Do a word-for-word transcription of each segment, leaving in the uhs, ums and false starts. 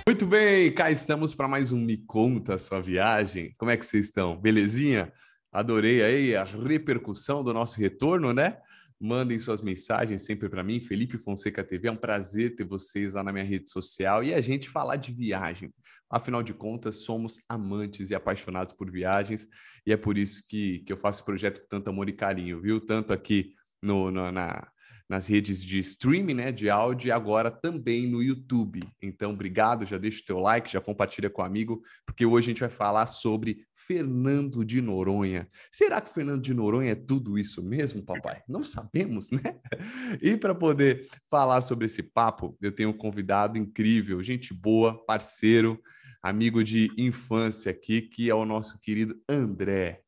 Muito bem, cá estamos para mais um Me Conta Sua Viagem. Como é que vocês estão? Belezinha? Adorei aí a repercussão do nosso retorno, né? Mandem suas mensagens sempre para mim, Felipe Fonseca T V. É um prazer ter vocês lá na minha rede social e a gente falar de viagem. Afinal de contas, somos amantes e apaixonados por viagens e é por isso que, que eu faço esse projeto com tanto amor e carinho, viu? Tanto aqui no, no, na, nas redes de streaming, né, de áudio e agora também no YouTube. Então, obrigado, já deixa o teu like, já compartilha com o amigo, porque hoje a gente vai falar sobre Fernando de Noronha. Será que Fernando de Noronha é tudo isso mesmo, papai? Não sabemos, né? E para poder falar sobre esse papo, eu tenho um convidado incrível, gente boa, parceiro, amigo de infância aqui, que é o nosso querido André.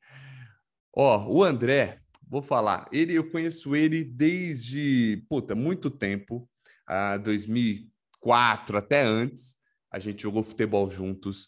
Ó, o André, vou falar, ele, eu conheço ele desde, puta, muito tempo, ah, dois mil e quatro, até antes, a gente jogou futebol juntos,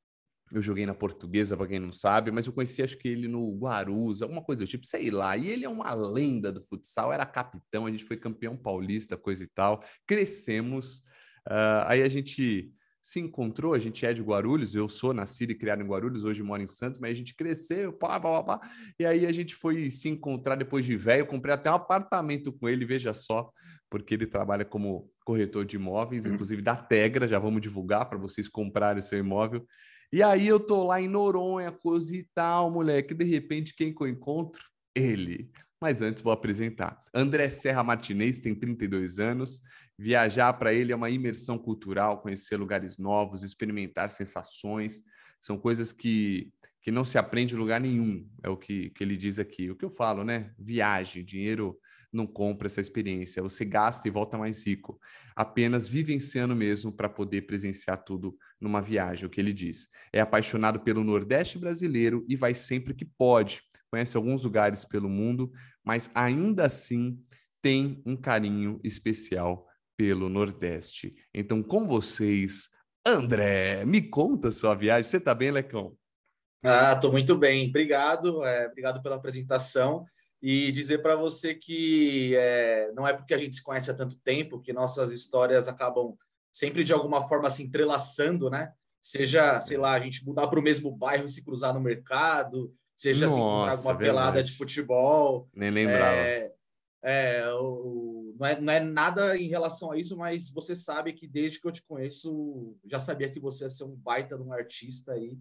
eu joguei na Portuguesa, para quem não sabe, mas eu conheci acho que ele no Guarus, alguma coisa do tipo, sei lá, e ele é uma lenda do futsal, era capitão, a gente foi campeão paulista, coisa e tal, crescemos, ah, aí a gente se encontrou, a gente é de Guarulhos, eu sou nascido e criado em Guarulhos, hoje moro em Santos, mas a gente cresceu, pá, pá, pá, pá, e aí a gente foi se encontrar depois de velho, eu comprei até um apartamento com ele, veja só, porque ele trabalha como corretor de imóveis, inclusive da Tegra, já vamos divulgar para vocês comprarem o seu imóvel. E aí eu tô lá em Noronha, coisa e tal, moleque, de repente quem que eu encontro? Ele. Mas antes vou apresentar. André Serra Martinez tem trinta e dois anos. Viajar para ele é uma imersão cultural, conhecer lugares novos, experimentar sensações. São coisas que, que não se aprende em lugar nenhum, é o que, que ele diz aqui. O que eu falo, né? Viagem, dinheiro não compra essa experiência. Você gasta e volta mais rico. Apenas vivenciando mesmo para poder presenciar tudo numa viagem, o que ele diz. É apaixonado pelo Nordeste brasileiro e vai sempre que pode. Conhece alguns lugares pelo mundo, mas ainda assim tem um carinho especial pelo Nordeste. Então, com vocês, André, me conta a sua viagem. Você tá bem, Lecão? Ah, tô muito bem. Obrigado, é, obrigado pela apresentação e dizer para você que é, não é porque a gente se conhece há tanto tempo que nossas histórias acabam sempre de alguma forma se entrelaçando, né? Seja, sei lá, a gente mudar para o mesmo bairro e se cruzar no mercado, seja se encontrar Nossa, alguma pelada de verdade. futebol. Nem lembrava. É, é, o, não é, não é nada em relação a isso, mas você sabe que desde que eu te conheço, já sabia que você ia ser um baita de um artista aí.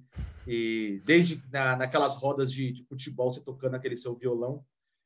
E desde na, naquelas rodas de, de futebol, você tocando aquele seu violão,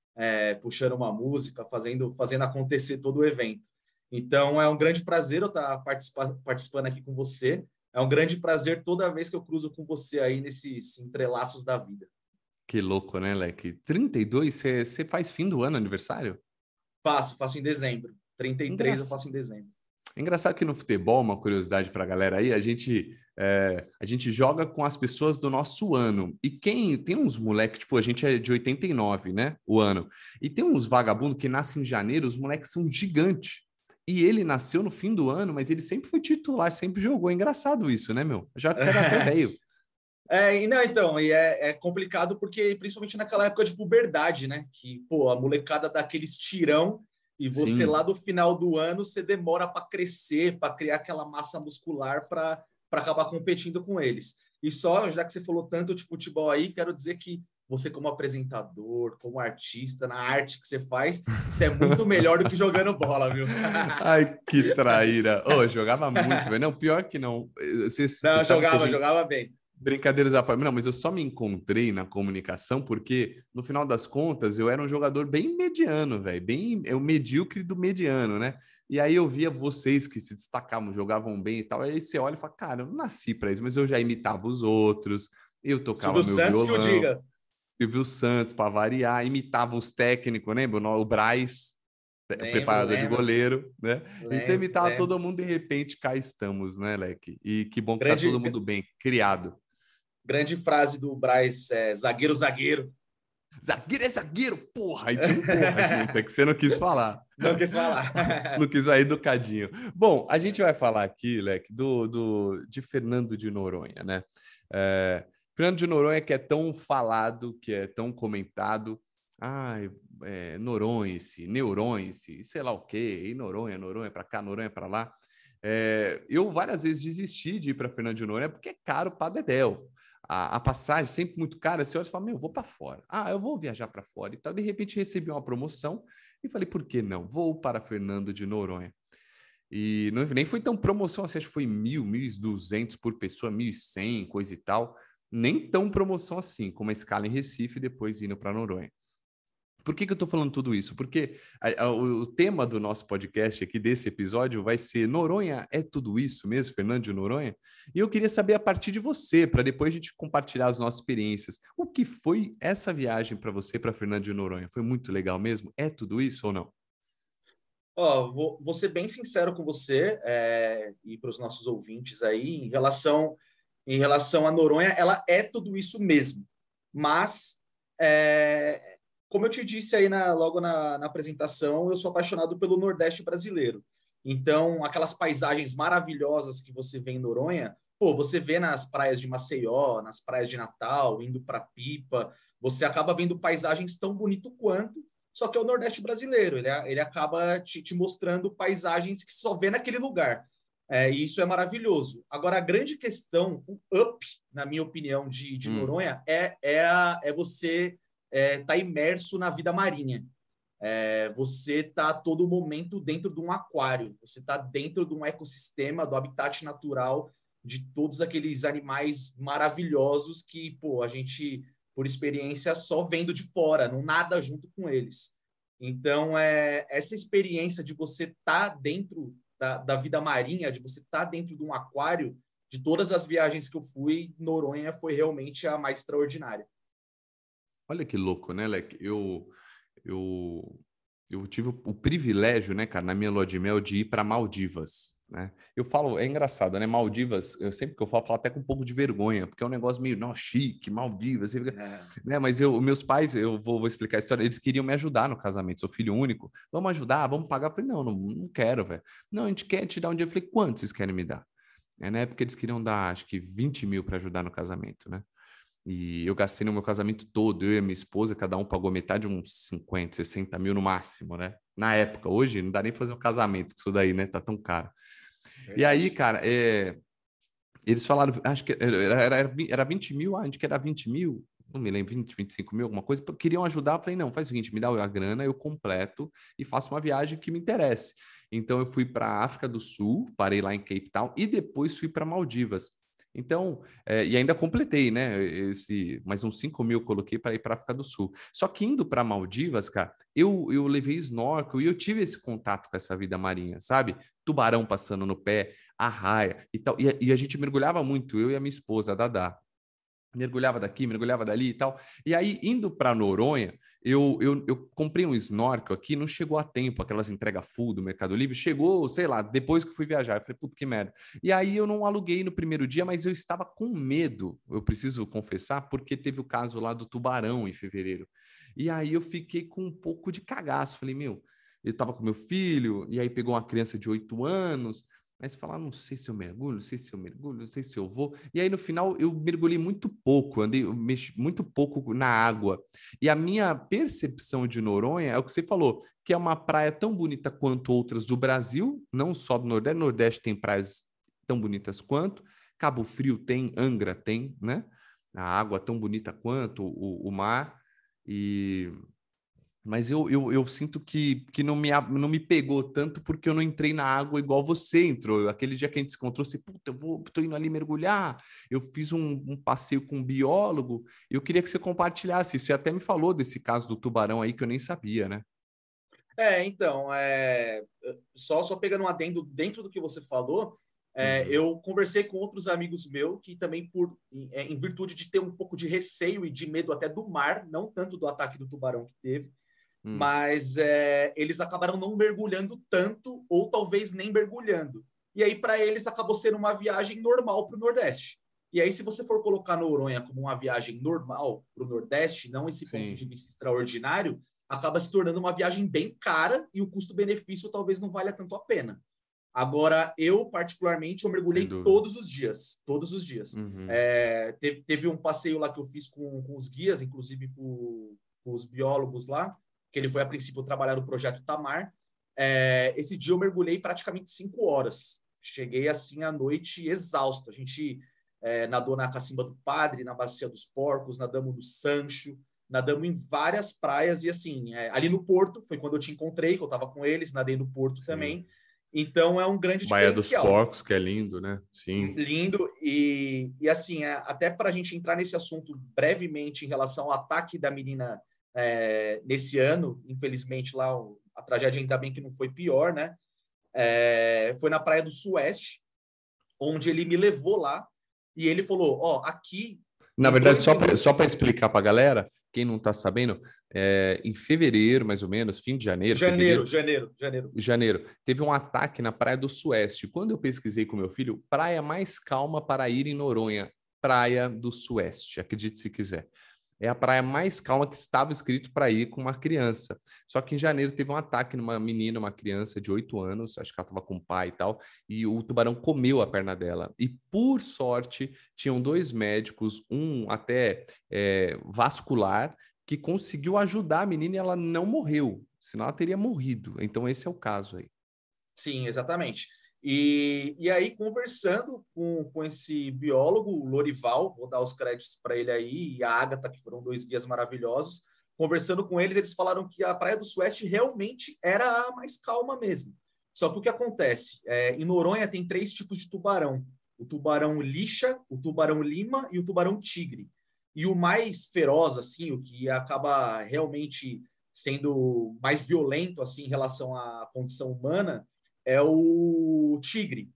é, puxando uma música, fazendo, fazendo acontecer todo o evento. Então, é um grande prazer eu estar participa, participando aqui com você. É um grande prazer toda vez que eu cruzo com você aí nesses entrelaços da vida. Que louco, né, Leque? trinta e dois, você você faz fim do ano aniversário? Faço, faço em dezembro. trinta e três eu Engraçado. faço em dezembro. Engraçado que no futebol, uma curiosidade para a galera aí, a gente, é, a gente joga com as pessoas do nosso ano. E quem tem uns moleques, tipo, a gente é de oitenta e nove, né? O ano. E tem uns vagabundos que nascem em janeiro, os moleques são gigantes. E ele nasceu no fim do ano, mas ele sempre foi titular, sempre jogou. É engraçado isso, né, meu? Já que você era até velho. É, e não, então, e é, é complicado porque, principalmente naquela época de puberdade, né? Que, pô, a molecada dá aquele estirão e você lá Sim. do final do ano, você demora para crescer, para criar aquela massa muscular para acabar competindo com eles. E só, já que você falou tanto de futebol aí, quero dizer que você, como apresentador, como artista, na arte que você faz, isso é muito melhor do que jogando bola, viu? Ai, que traíra. Ô, jogava muito, velho. Não, pior que não. Você, você Não, sabe que a jogava, gente. jogava bem. Brincadeiras à parte. Não, mas eu só me encontrei na comunicação porque, no final das contas, eu era um jogador bem mediano, velho. Bem, é o medíocre do mediano, né? E aí eu via vocês que se destacavam, jogavam bem e tal. Aí você olha e fala, cara, eu não nasci para isso, mas eu já imitava os outros, eu tocava Silvio meu Santos que o violão, diga. Silvio Santos para variar, imitava os técnicos, lembra? O Braz, o Lembro, preparador de lembro, goleiro, né? Então lembro, imitava lembro. todo mundo, de repente cá estamos, né, Leque? E que bom que tá todo Grande, mundo bem, criado. grande frase do Braz, é, zagueiro, zagueiro. Zagueiro é zagueiro, porra! Aí tinha um porra junto, é que você não quis falar. Não quis falar. Não quis vai educadinho. Bom, a gente vai falar aqui, Leque, do, do, de Fernando de Noronha, né? É, Fernando de Noronha que é tão falado, que é tão comentado. Ai, é, Noronha-se, Neurôncio, sei lá o quê, e Noronha, Noronha pra cá, Noronha pra lá. É, eu várias vezes desisti de ir para Fernando de Noronha porque é caro para dedéu. A, a passagem sempre muito cara. Você olha e fala, meu, eu vou para fora. Ah, eu vou viajar para fora e tal. De repente recebi uma promoção e falei, por que não? Vou para Fernando de Noronha. E não, nem foi tão promoção assim, acho que foi mil, mil e duzentos por pessoa, mil e cem, coisa e tal. Nem tão promoção assim, com uma escala em Recife e depois indo para Noronha. Por que que eu estou falando tudo isso? Porque a, a, o tema do nosso podcast aqui, desse episódio, vai ser Noronha é tudo isso mesmo, Fernando de Noronha? E eu queria saber a partir de você, para depois a gente compartilhar as nossas experiências. O que foi essa viagem para você, para Fernando de Noronha? Foi muito legal mesmo? É tudo isso ou não? Ó, vou, vou ser bem sincero com você é, e para os nossos ouvintes aí, em relação, em relação a Noronha, ela é tudo isso mesmo. Mas, é, como eu te disse aí na, logo na, na apresentação, eu sou apaixonado pelo Nordeste brasileiro. Então, aquelas paisagens maravilhosas que você vê em Noronha, pô, você vê nas praias de Maceió, nas praias de Natal, indo para Pipa, você acaba vendo paisagens tão bonito quanto, só que é o Nordeste brasileiro, ele, ele acaba te, te mostrando paisagens que só vê naquele lugar. É, e isso é maravilhoso. Agora, a grande questão, o up, na minha opinião, de, de Hum. Noronha, é, é, a, é você estar é, tá imerso na vida marinha. É, você está a todo momento dentro de um aquário, você está dentro de um ecossistema, do habitat natural de todos aqueles animais maravilhosos que, pô, a gente, por experiência, só vendo de fora, não nada junto com eles. Então, é, essa experiência de você estar tá dentro da, da vida marinha, de você estar tá dentro de um aquário, de todas as viagens que eu fui, Noronha foi realmente a mais extraordinária. Olha que louco, né, Leque? Eu, eu, eu tive o, o privilégio, né, cara, na minha lua de mel, de ir para Maldivas, né? Eu falo, é engraçado, né? Maldivas, eu sempre que eu falo, falo até com um pouco de vergonha, porque é um negócio meio, não, chique, Maldivas, fica, É. né? Mas eu, meus pais, eu vou, vou explicar a história, eles queriam me ajudar no casamento, sou filho único, vamos ajudar, vamos pagar. Eu falei, não, não, não quero, velho. Não, a gente quer te dar um dia. Eu falei, quanto vocês querem me dar? É, na época eles queriam dar, acho que vinte mil para ajudar no casamento, né? E eu gastei no meu casamento todo, eu e a minha esposa, cada um pagou metade, uns cinquenta, sessenta mil no máximo, né? Na época, hoje não dá nem pra fazer um casamento com isso daí, né? Tá tão caro. E aí, Verdade. cara, é, eles falaram, acho que era, era, era vinte mil, ah, a gente quer dar vinte mil, não me lembro, vinte, vinte e cinco mil, alguma coisa. Queriam ajudar, eu falei, não, faz o seguinte, me dá a grana, eu completo e faço uma viagem que me interesse. Então eu fui para a África do Sul, parei lá em Cape Town e depois fui para Maldivas. Então, é, e ainda completei, né? Esse, mais uns cinco mil eu coloquei para ir para a África do Sul. Só que indo para Maldivas, cara, eu, eu levei snorkel e eu tive esse contato com essa vida marinha, sabe? Tubarão passando no pé, arraia e tal. E, e a gente mergulhava muito, eu e a minha esposa, a Dadá. Mergulhava daqui, mergulhava dali e tal. E aí, indo para Noronha, eu, eu, eu comprei um snorkel aqui, não chegou a tempo, aquelas entrega full do Mercado Livre, chegou, sei lá, depois que fui viajar. Eu falei, puta que merda. E aí eu não aluguei no primeiro dia, mas eu estava com medo, eu preciso confessar, porque teve o caso lá do tubarão em fevereiro. E aí eu fiquei com um pouco de cagaço. Falei, meu, eu estava com meu filho, e aí pegou uma criança de oito anos. Mas falar, não sei se eu mergulho, não sei se eu mergulho, não sei se eu vou. E aí, no final, eu mergulhei muito pouco, andei eu mexi muito pouco na água. E a minha percepção de Noronha é o que você falou, que é uma praia tão bonita quanto outras do Brasil, não só do Nordeste. Nordeste tem praias tão bonitas quanto, Cabo Frio tem, Angra tem, né? A água tão bonita quanto o, o mar. E mas eu, eu, eu sinto que, que não, me, não me pegou tanto porque eu não entrei na água igual você entrou. Aquele dia que a gente se encontrou, você, puta, eu vou, tô indo ali mergulhar. Eu fiz um, um passeio com um biólogo. Eu queria que você compartilhasse isso. Você até me falou desse caso do tubarão aí que eu nem sabia, né? É, então, é, só, só pegando um adendo dentro do que você falou, é, Uhum. eu conversei com outros amigos meus que também, por, em, em virtude de ter um pouco de receio e de medo até do mar, não tanto do ataque do tubarão que teve, Hum. mas é, eles acabaram não mergulhando tanto, ou talvez nem mergulhando. E aí, para eles, acabou sendo uma viagem normal para o Nordeste. E aí, se você for colocar Noronha como uma viagem normal para o Nordeste, não esse ponto Sim. de vista extraordinário, acaba se tornando uma viagem bem cara e o custo-benefício talvez não valha tanto a pena. Agora, eu, particularmente, eu Sem mergulhei dúvida. todos os dias, todos os dias. Uhum. É, teve, teve um passeio lá que eu fiz com, com os guias, inclusive com, com os biólogos lá, que ele foi, a princípio, trabalhar no Projeto Tamar. É, esse dia eu mergulhei praticamente cinco horas. cheguei assim à noite exausto. A gente é, nadou na Cacimba do Padre, na Bacia dos Porcos, nadamos no Sancho, nadamos em várias praias. E assim, é, ali no Porto, foi quando eu te encontrei, que eu estava com eles, nadei no Porto Sim. também. Então é um grande Baía dos diferencial. Porcos, que é lindo, né? Sim. Lindo. E, e assim, é, até para a gente entrar nesse assunto brevemente em relação ao ataque da menina é, nesse ano, infelizmente lá a tragédia ainda bem que não foi pior, né? É, foi na Praia do Sueste, onde ele me levou lá e ele falou, ó, oh, aqui... Na verdade, só para só para explicar para a galera, quem não está sabendo, é, em fevereiro, mais ou menos, fim de janeiro... Janeiro, janeiro, janeiro. Janeiro. Teve um ataque na Praia do Sueste. Quando eu pesquisei com meu filho, praia mais calma para ir em Noronha, Praia do Sueste, acredite se quiser. É a praia mais calma que estava escrito para ir com uma criança. Só que em janeiro teve um ataque numa menina, uma criança de oito anos, acho que ela estava com o pai e tal, e o tubarão comeu a perna dela. E, por sorte, tinham dois médicos, um até é, vascular, que conseguiu ajudar a menina e ela não morreu, senão ela teria morrido. Então, esse é o caso aí. Sim, exatamente. E, e aí, conversando com, com esse biólogo, o Lorival, vou dar os créditos para ele aí, e a Agatha, que foram dois guias maravilhosos, conversando com eles, eles falaram que a Praia do Sueste realmente era a mais calma mesmo. Só que o que acontece? É, em Noronha tem três tipos de tubarão. O tubarão lixa, o tubarão lima e o tubarão tigre. E o mais feroz, assim, o que acaba realmente sendo mais violento assim, em relação à condição humana, é o tigre.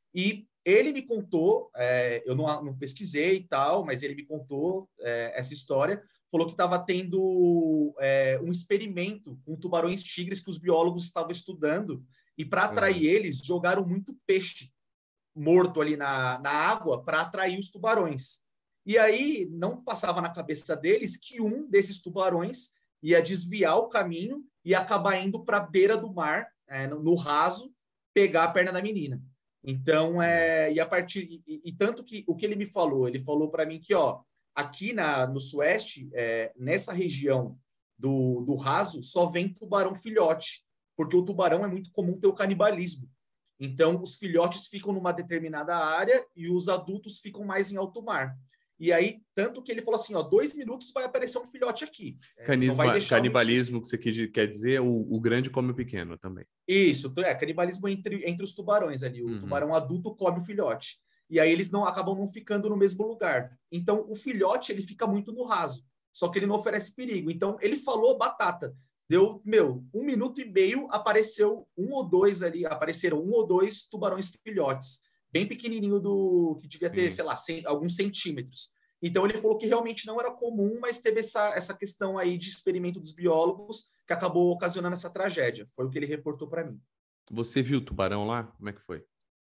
E ele me contou, é, eu não, não pesquisei e tal, mas ele me contou é, essa história, falou que estava tendo é, um experimento com tubarões tigres que os biólogos estavam estudando, e para atrair uhum. eles, jogaram muito peixe morto ali na, na água para atrair os tubarões. E aí não passava na cabeça deles que um desses tubarões ia desviar o caminho e acabar indo para a beira do mar, é, no, no raso, pegar a perna da menina. Então, é, e a partir e, e tanto que o que ele me falou, ele falou para mim que, ó, aqui na, no Sueste, é, nessa região do, do raso, só vem tubarão filhote, porque o tubarão é muito comum ter o canibalismo. Então, os filhotes ficam numa determinada área e os adultos ficam mais em alto mar. E aí, tanto que ele falou assim, ó, dois minutos vai aparecer um filhote aqui. Canisma, vai canibalismo, que você quer dizer, o, o grande come o pequeno também. Isso, é, canibalismo entre, entre os tubarões ali. O uhum. tubarão adulto come o filhote. E aí eles não acabam não ficando no mesmo lugar. Então, o filhote, ele fica muito no raso. Só que ele não oferece perigo. Então, ele falou batata. Deu, meu, um minuto e meio, apareceu um ou dois ali, apareceram um ou dois tubarões filhotes. Bem pequenininho, do que devia Sim. ter, sei lá, cem, alguns centímetros. Então, ele falou que realmente não era comum, mas teve essa, essa questão aí de experimento dos biólogos que acabou ocasionando essa tragédia. Foi o que ele reportou para mim. Você viu o tubarão lá? Como é que foi?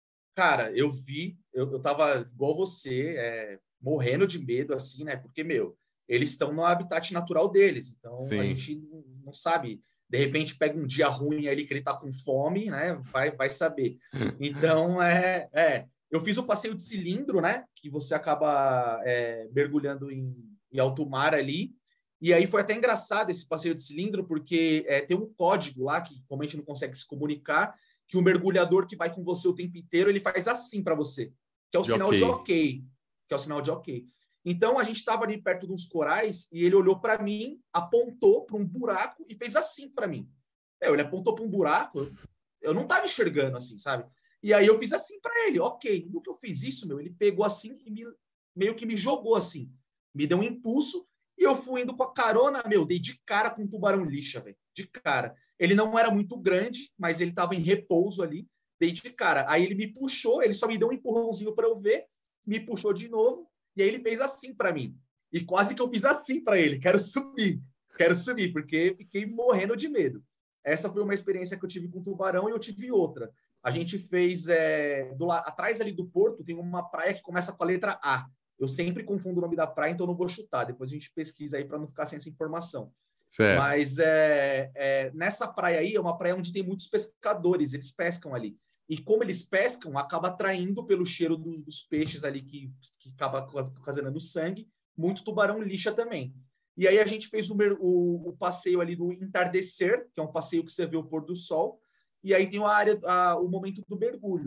Cara, eu vi, eu, eu tava igual você, é, morrendo de medo, assim, né? Porque, meu, eles estão no habitat natural deles. Então, Sim. a gente não, não sabe. De repente, pega um dia ruim ali que ele tá com fome, né? Vai, vai saber. Então, é... é eu fiz o passeio de cilindro, né? Que você acaba é, mergulhando em, em alto mar ali. E aí foi até engraçado esse passeio de cilindro, porque é, tem um código lá, que como a gente não consegue se comunicar, que o mergulhador que vai com você o tempo inteiro, ele faz assim para você, que é o de sinal okay. de ok. Que é o sinal de ok. Então, a gente estava ali perto de uns corais e ele olhou para mim, apontou para um buraco e fez assim para mim. É, ele apontou para um buraco, eu, eu não estava enxergando assim, sabe? E aí eu fiz assim para ele, ok. No que eu fiz isso, meu, ele pegou assim e me, meio que me jogou assim. Me deu um impulso e eu fui indo com a carona, meu, dei de cara com um tubarão lixa, velho. De cara. Ele não era muito grande, mas ele estava em repouso ali, dei de cara. Aí ele me puxou, ele só me deu um empurrãozinho para eu ver, me puxou de novo, e aí ele fez assim para mim. E quase que eu fiz assim para ele, quero subir, quero subir, porque fiquei morrendo de medo. Essa foi uma experiência que eu tive com tubarão e eu tive outra. A gente fez, é, do, atrás ali do porto, tem uma praia que começa com a letra A. Eu sempre confundo o nome da praia, então não vou chutar. Depois a gente pesquisa aí para não ficar sem essa informação. Certo. Mas é, é, nessa praia aí, é uma praia onde tem muitos pescadores, eles pescam ali. E como eles pescam, acaba atraindo pelo cheiro do, dos peixes ali que, que acaba ocasionando sangue, muito tubarão lixa também. E aí a gente fez o, o, o passeio ali do entardecer, que é um passeio que você vê o pôr do sol, e aí tem a área, a, o momento do mergulho.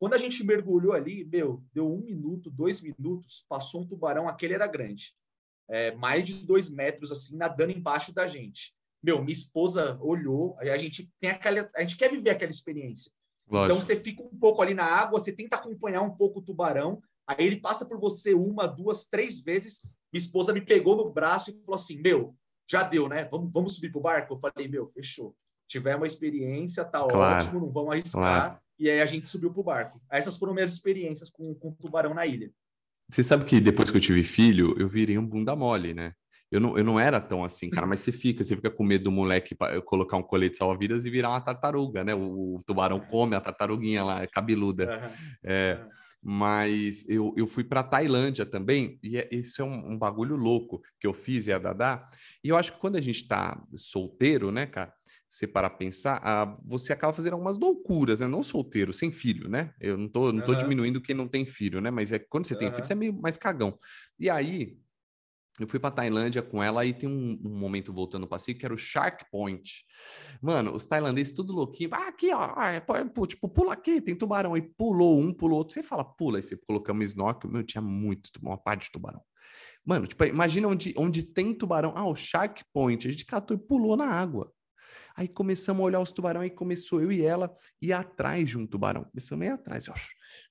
Quando a gente mergulhou ali, meu, deu um minuto, dois minutos, passou um tubarão, aquele era grande. É, mais de dois metros, assim, nadando embaixo da gente. Meu, minha esposa olhou, aí a gente tem aquela, a gente quer viver aquela experiência. Então Lógico. você fica um pouco ali na água, você tenta acompanhar um pouco o tubarão, aí ele passa por você uma, duas, três vezes. Minha esposa me pegou no braço e falou assim: meu, já deu, né? Vamos, vamos subir pro barco? Eu falei: meu, fechou. Tivemos uma experiência, tá Claro, ótimo, não vamos claro. arriscar. E aí a gente subiu pro barco. Essas foram minhas experiências com, com o tubarão na ilha. Você sabe que depois que eu tive filho, eu virei um bunda mole, né? Eu não, eu não era tão assim, cara, mas você fica, você fica com medo do moleque pa- colocar um colete salva-vidas e virar uma tartaruga, né? O, o tubarão come a tartaruguinha lá, cabeluda. Uhum, É, uhum, mas eu, eu fui para Tailândia também, e é, isso é um, um bagulho louco que eu fiz e a Dadá. E eu acho que quando a gente tá solteiro, né, cara? Você parar pra pensar, ah, você acaba fazendo algumas loucuras, né? Não solteiro, sem filho, né? Eu não tô, não tô uhum, diminuindo quem não tem filho, né? Mas é que quando você tem filho, você é uhum. meio mais cagão. E aí, eu fui pra Tailândia com ela e tem um, um momento voltando no passeio que era o Shark Point. Mano, os tailandeses tudo louquinho. Ah, aqui, ó, ah, é, pô, tipo, pula aqui, tem tubarão. Aí pulou um, pulou outro. Você fala, pula. Aí você colocamos snorkel. Meu, tinha muito, uma parte de tubarão. Mano, tipo, imagina onde, onde tem tubarão. Ah, o Shark Point. A gente catou e pulou na água. Aí começamos a olhar os tubarões, aí começou eu e ela ir atrás de um tubarão. Começamos a ir atrás, ó,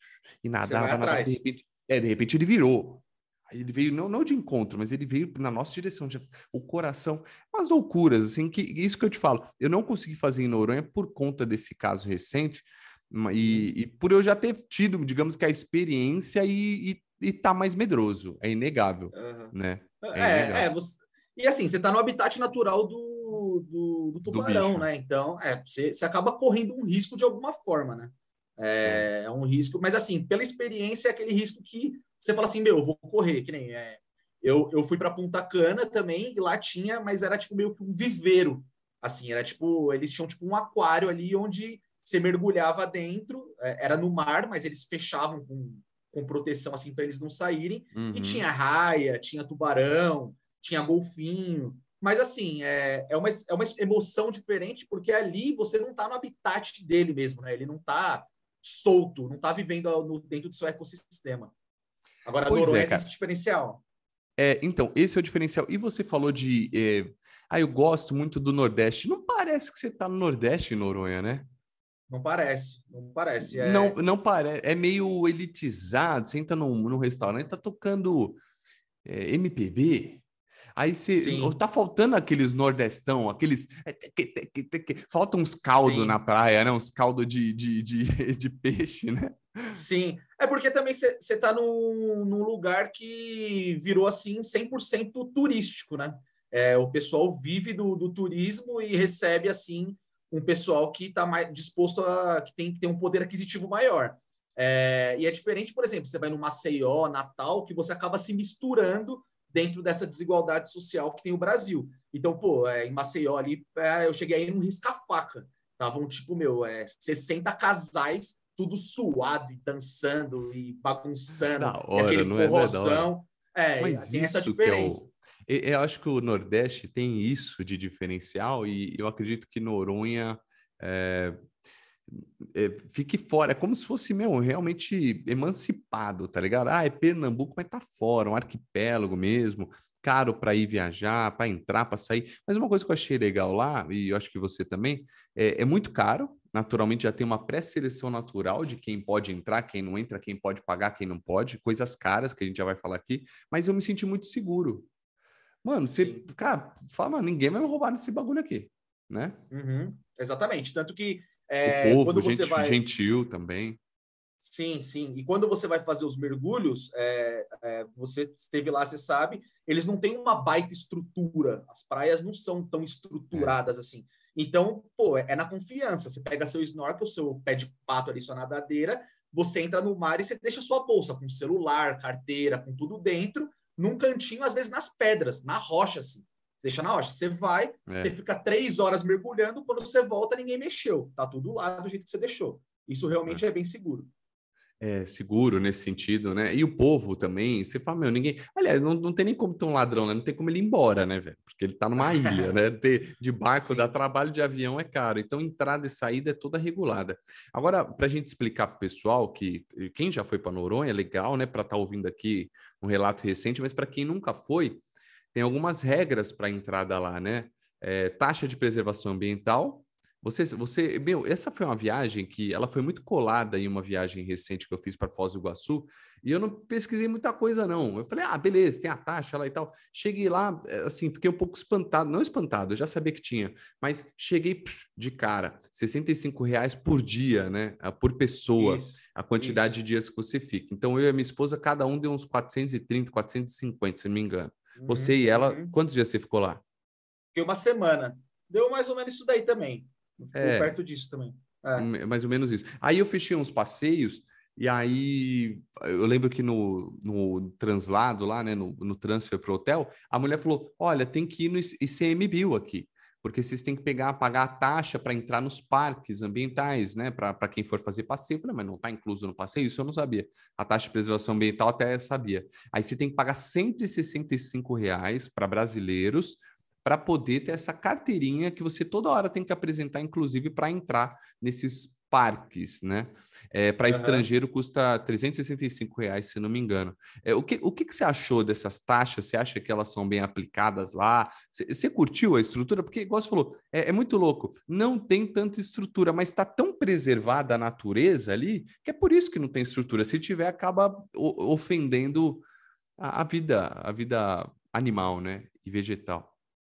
e Você vai nadava, nadava, de atrás. repente, é, de repente ele virou. Aí ele veio, não, não de encontro, mas ele veio na nossa direção, de, o coração, umas loucuras, assim, que isso que eu te falo, eu não consegui fazer em Noronha por conta desse caso recente, Uhum. e, e por eu já ter tido, digamos que a experiência e, e, e tá mais medroso, é inegável, Uhum. né? É É, é, inegável. você... E assim, você está no habitat natural do, do, do Do tubarão, bicho. né? Então, é, você, você acaba correndo um risco de alguma forma, né? É. É, é um risco, mas assim, pela experiência, é aquele risco que você fala assim, meu, eu vou correr, que nem é. Eu, eu fui para Punta Cana também, e lá tinha, mas era tipo meio que um viveiro. Assim, era tipo, eles tinham tipo um aquário ali onde você mergulhava dentro, é, era no mar, mas eles fechavam com, com proteção assim para eles não saírem. E Uhum. tinha raia, tinha tubarão, tinha golfinho. Mas assim, é, é, uma, é uma emoção diferente, porque ali você não está no habitat dele mesmo, né? Ele não está solto, não está vivendo no, dentro do seu ecossistema. Agora, a Pois é, Noronha tem esse cara. diferencial. É, então, esse é o diferencial. E você falou de. É, ah, eu gosto muito do Nordeste. Não parece que você está no Nordeste, em Noronha, né? Não parece, não parece. Não, É, não parece. É meio elitizado. Você entra num, num restaurante, tá tocando é, M P B. Aí você. sim, Tá faltando aqueles nordestão, aqueles. é, teque, teque, teque. Falta uns caldos na sim, praia, né? Uns caldos de, de, de, de peixe, né? sim. É porque também você está num, num lugar que virou assim cem por cento turístico, né? É, o pessoal vive do, do turismo e recebe assim um pessoal que está mais disposto a que tem que ter um poder aquisitivo maior. É, e é diferente, por exemplo, você vai no Maceió, Natal, que você acaba se misturando dentro dessa desigualdade social que tem o Brasil. Então, pô, é, em Maceió ali, é, eu cheguei aí num risca-faca. Estavam, tipo, meu, é, sessenta casais, tudo suado e dançando e bagunçando, Da e aquele hora, não é, não é da hora? forrozão. É, Mas tem essa isso que é diferença. o. e- Eu acho que o Nordeste tem isso de diferencial e eu acredito que Noronha é, é, fique fora. É como se fosse, meu, realmente emancipado, tá ligado? Ah, é Pernambuco, mas tá fora, um arquipélago mesmo, caro para ir viajar, para entrar, para sair. Mas uma coisa que eu achei legal lá, e eu acho que você também, é, é muito caro. Naturalmente já tem uma pré-seleção natural de quem pode entrar, quem não entra, quem pode pagar, quem não pode, coisas caras que a gente já vai falar aqui, mas eu me senti muito seguro. Mano, você, Sim. cara, fala, mano, ninguém vai me roubar nesse bagulho aqui, né? Uhum, exatamente. Tanto que O é, povo, quando você gente vai. gentil também. Sim, sim. E quando você vai fazer os mergulhos, é, é, você esteve lá, você sabe, eles não têm uma baita estrutura. As praias não são tão É, estruturadas assim. Então, pô, é, é na confiança. Você pega seu snorkel, seu pé de pato ali, sua nadadeira, você entra no mar e você deixa sua bolsa com celular, carteira, com tudo dentro, num cantinho, às vezes nas pedras, na rocha, assim. Deixa na rocha. Você vai, você é. fica três horas mergulhando, quando você volta, ninguém mexeu. Tá tudo lá do jeito que você deixou. Isso É. realmente é bem seguro. É, seguro nesse sentido, né? E o povo também, você fala, meu, ninguém. Aliás, não, não tem nem como ter um ladrão, né? Não tem como ele ir embora, né, velho? Porque ele tá numa ilha, né? Ter, de barco dá Sim. trabalho, de avião é caro. Então, entrada e saída é toda regulada. Agora, para a gente explicar para o pessoal que quem já foi para Noronha é legal, né? Para estar ouvindo aqui um relato recente, mas para quem nunca foi, tem algumas regras para a entrada lá, né? É, taxa de preservação ambiental. Você, você, meu, essa foi uma viagem que ela foi muito colada em uma viagem recente que eu fiz para Foz do Iguaçu e eu não pesquisei muita coisa, não. Eu falei, ah, beleza, tem a taxa lá e tal. Cheguei lá, assim, fiquei um pouco espantado, não espantado, eu já sabia que tinha, mas cheguei psh, de cara, sessenta e cinco reais por dia, né? Por pessoa, Isso, a quantidade isso. de dias que você fica. Então, eu e a minha esposa, cada um deu uns quatrocentos e trinta, quatrocentos e cinquenta, se não me engano. Você Uhum, e ela, uhum. quantos dias você ficou lá? Fiquei uma semana. Deu mais ou menos isso daí também. Ficou É, perto disso também. É. mais ou menos isso. Aí eu fechei uns passeios, e aí eu lembro que no, no translado lá, né, no, no transfer para o hotel, a mulher falou: olha, tem que ir no I C M B I aqui, porque vocês têm que pegar, pagar a taxa para entrar nos parques ambientais, né? Para quem for fazer passeio. Eu falei, mas não está incluso no passeio? Isso eu não sabia. A taxa de preservação ambiental até sabia. Aí você tem que pagar cento e sessenta e cinco reais para brasileiros para poder ter essa carteirinha que você toda hora tem que apresentar, inclusive, para entrar nesses parques, né? É, para Aham. estrangeiro custa trezentos e sessenta e cinco reais, se não me engano. É, o que, o que, que você achou dessas taxas? Você acha que elas são bem aplicadas lá? Você, você curtiu a estrutura? Porque, igual você falou, é, é muito louco. Não tem tanta estrutura, mas está tão preservada a natureza ali que é por isso que não tem estrutura. Se tiver, acaba o, ofendendo a, a vida, a vida animal, né? E vegetal.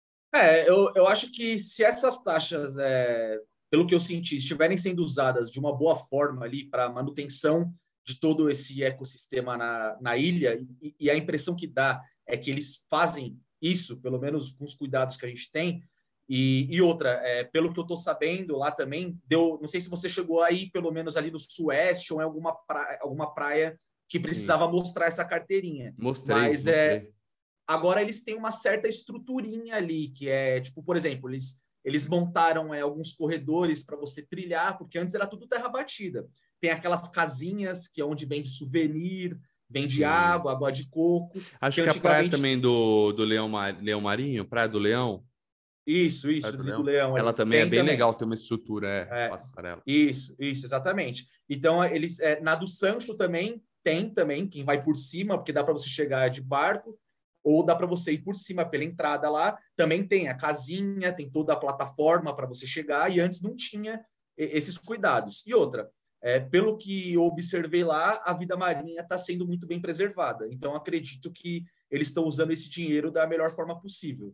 É, eu, eu acho que se essas taxas, é, pelo que eu senti, estiverem sendo usadas de uma boa forma ali para manutenção de todo esse ecossistema na, na ilha, e, e a impressão que dá é que eles fazem isso, pelo menos com os cuidados que a gente tem. E, e outra, é, pelo que eu estou sabendo, lá também deu. Não sei se você chegou aí, pelo menos ali no Sueste, ou em alguma praia, alguma praia que Sim. precisava mostrar essa carteirinha. Mostrei, Mas é, mostrei. agora eles têm uma certa estruturinha ali, que é, tipo, por exemplo, eles, eles montaram é, alguns corredores para você trilhar, porque antes era tudo terra batida. Tem aquelas casinhas que é onde vende souvenir, vende Sim. água, água de coco, Acho que que a praia antigamente. também do, do Leão, Mar, Leão Marinho, Praia do Leão, Isso, Praia isso, do ali do Leão, Leão ela ali. também é Tem bem também. legal, tem uma estrutura é, de É, passarela. isso, isso, exatamente. Então, eles, é, na do Sancho também tem também, quem vai por cima, porque dá para você chegar de barco, ou dá para você ir por cima pela entrada lá. Também tem a casinha, tem toda a plataforma para você chegar, e antes não tinha esses cuidados. E outra, é, pelo que eu observei lá, a vida marinha está sendo muito bem preservada. Então, acredito que eles estão usando esse dinheiro da melhor forma possível.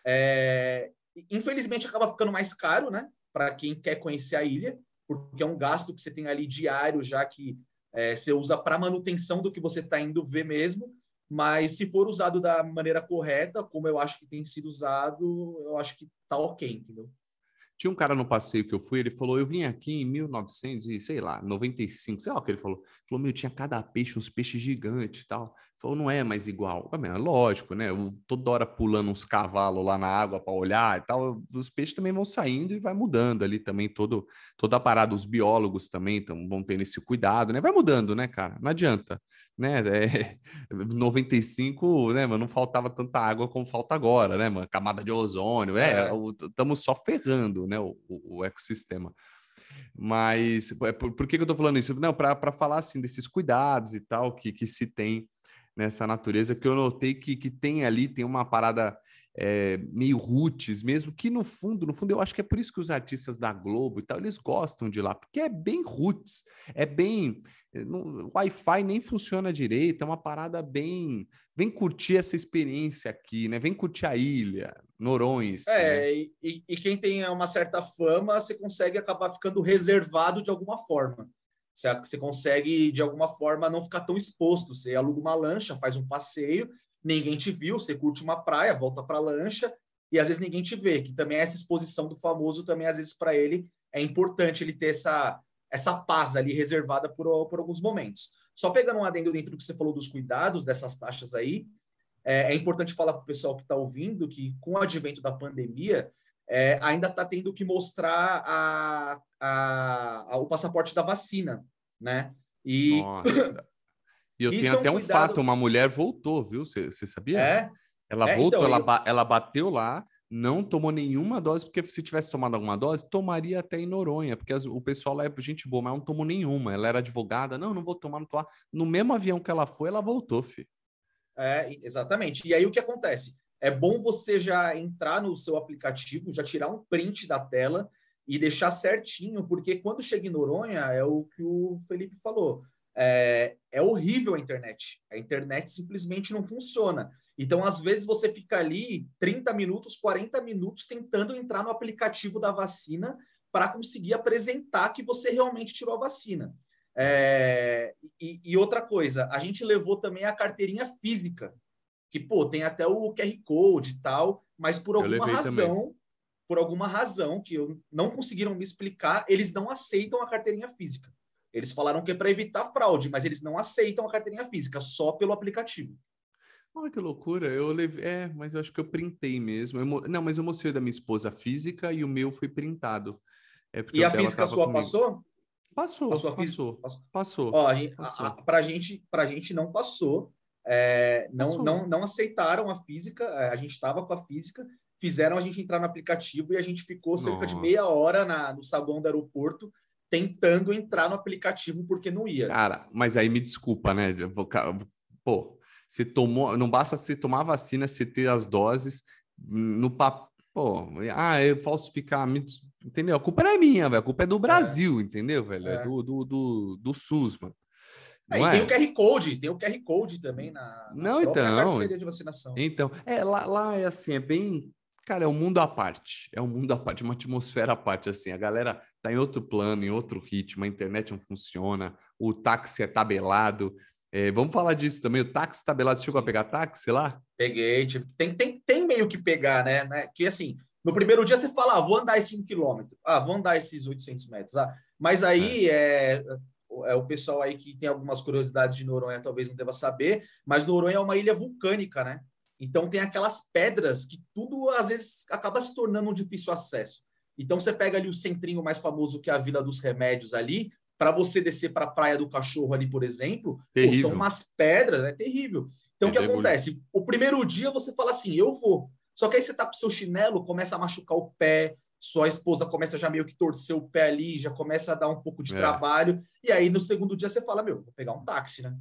É, infelizmente, acaba ficando mais caro, né? Para quem quer conhecer a ilha, porque é um gasto que você tem ali diário, já que é, você usa para manutenção do que você está indo ver mesmo. Mas se for usado da maneira correta, como eu acho que tem sido usado, eu acho que tá ok, entendeu? Tinha um cara no passeio que eu fui, ele falou: eu vim aqui em mil e novecentos e, sei lá, noventa e cinco, sei lá o que ele falou. Ele falou: meu, tinha cada peixe, uns peixes gigantes e tal. Ele falou: não é mais igual. Ah, é lógico, né? Eu, toda hora pulando uns cavalos lá na água para olhar e tal. Os peixes também vão saindo e vai mudando ali também todo, toda a parada. Os biólogos também tão, vão tendo esse cuidado, né? Vai mudando, né, cara? Não adianta. Né, é, noventa e cinco, né, mano, não faltava tanta água como falta agora, né, mano, camada de ozônio, é, É, estamos só ferrando, né, o, o, o ecossistema. Mas é, por, por que, que eu tô falando isso? Não, para falar assim desses cuidados e tal que, que se tem nessa natureza, que eu notei que, que tem ali, tem uma parada é, meio roots mesmo, que no fundo, no fundo, eu acho que é por isso que os artistas da Globo e tal, eles gostam de lá, porque é bem roots, é bem. O Wi-Fi nem funciona direito, é uma parada bem. Vem curtir essa experiência aqui, né? Vem curtir a ilha, Norões, né? é e, e quem tem uma certa fama, você consegue acabar ficando reservado de alguma forma. Você, você consegue, de alguma forma, não ficar tão exposto. Você aluga uma lancha, faz um passeio, ninguém te viu, você curte uma praia, volta para a lancha, e às vezes ninguém te vê, que também essa exposição do famoso, também às vezes para ele é importante ele ter essa, essa paz ali reservada por, por alguns momentos. Só pegando um adendo dentro do que você falou dos cuidados dessas taxas aí, é, é importante falar para o pessoal que está ouvindo que, com o advento da pandemia, é, ainda está tendo que mostrar a, a, a, o passaporte da vacina, né? E Nossa. E eu tenho isso é um até um fato, cuidado. uma mulher voltou, viu? Você sabia? É, Ela é voltou, então, ela, eu, ba ela bateu lá, não tomou nenhuma dose, porque se tivesse tomado alguma dose, tomaria até em Noronha, porque as, o pessoal lá é gente boa, mas ela não tomou nenhuma. Ela era advogada, não, não vou tomar, não tô lá. No mesmo avião que ela foi, ela voltou, filho. É, exatamente. E aí o que acontece? É bom você já entrar no seu aplicativo, já tirar um print da tela e deixar certinho, porque quando chega em Noronha, é o que o Felipe falou. É, é horrível a internet. A internet simplesmente não funciona. Então, às vezes, você fica ali trinta minutos, quarenta minutos tentando entrar no aplicativo da vacina para conseguir apresentar que você realmente tirou a vacina. É, e, e, outra coisa, a gente levou também a carteirinha física, que, pô, tem até o Q R Code e tal, mas por Eu alguma levei também. razão, por alguma razão que eu não conseguiram me explicar, eles não aceitam a carteirinha física. Eles falaram que é para evitar fraude, mas eles não aceitam a carteirinha física, só pelo aplicativo. Olha que loucura, eu levei. É, mas eu acho que eu printei mesmo. Eu, não, mas eu mostrei da minha esposa física e o meu foi printado. É porque E o a dela física tava sua comigo. passou? A Passou, sua física passou, passou? Ó, passou, a gente, a, a, passou, pra gente, pra gente não passou. É, não, não, passou. não aceitaram a física, é, a gente estava com a física, fizeram a gente entrar no aplicativo e a gente ficou cerca de Nossa. meia hora na, no saguão do aeroporto tentando entrar no aplicativo porque não ia. Cara, mas aí me desculpa, né? Eu vou ca- Pô, você tomou. Não basta você tomar a vacina, você ter as doses no papo. Pô, ah, eu falsificar, me des- entendeu? A culpa não é minha, velho. A culpa é do É, Brasil, entendeu, velho? É é. do, do, do, do SUS, mano. É, Não e tem o é? Q R Code, tem o Q R Code também na, na Não, própria então. carteirinha de vacinação. Então, é, lá, lá é assim, é bem. Cara, é um mundo à parte. É um mundo à parte, uma atmosfera à parte, assim. A galera tá em outro plano, em outro ritmo, a internet não funciona, o táxi é tabelado. É, vamos falar disso também. O táxi tabelado, você chegou a Sim. pegar táxi lá? Peguei, tipo, tem, tem, tem meio que pegar, né? né? Que assim, no primeiro dia você fala, ah, vou andar esses um quilômetro, ah, vou andar esses oitocentos metros, ah, mas É. aí é, é o pessoal aí que tem algumas curiosidades de Noronha, talvez não deva saber, mas Noronha é uma ilha vulcânica, né? Então tem aquelas pedras que tudo às vezes acaba se tornando um difícil acesso. Então você pega ali o centrinho mais famoso que é a Vila dos Remédios ali, para você descer para a Praia do Cachorro ali, por exemplo, pô, são Terrível. umas pedras, é terrível. Então, o que Pedregulho. acontece? O primeiro dia você fala assim, eu vou. Só que aí você tá com o seu chinelo, começa a machucar o pé, sua esposa começa já meio que torcer o pé ali, já começa a dar um pouco de É. trabalho. E aí, no segundo dia, você fala, meu, vou pegar um táxi, né?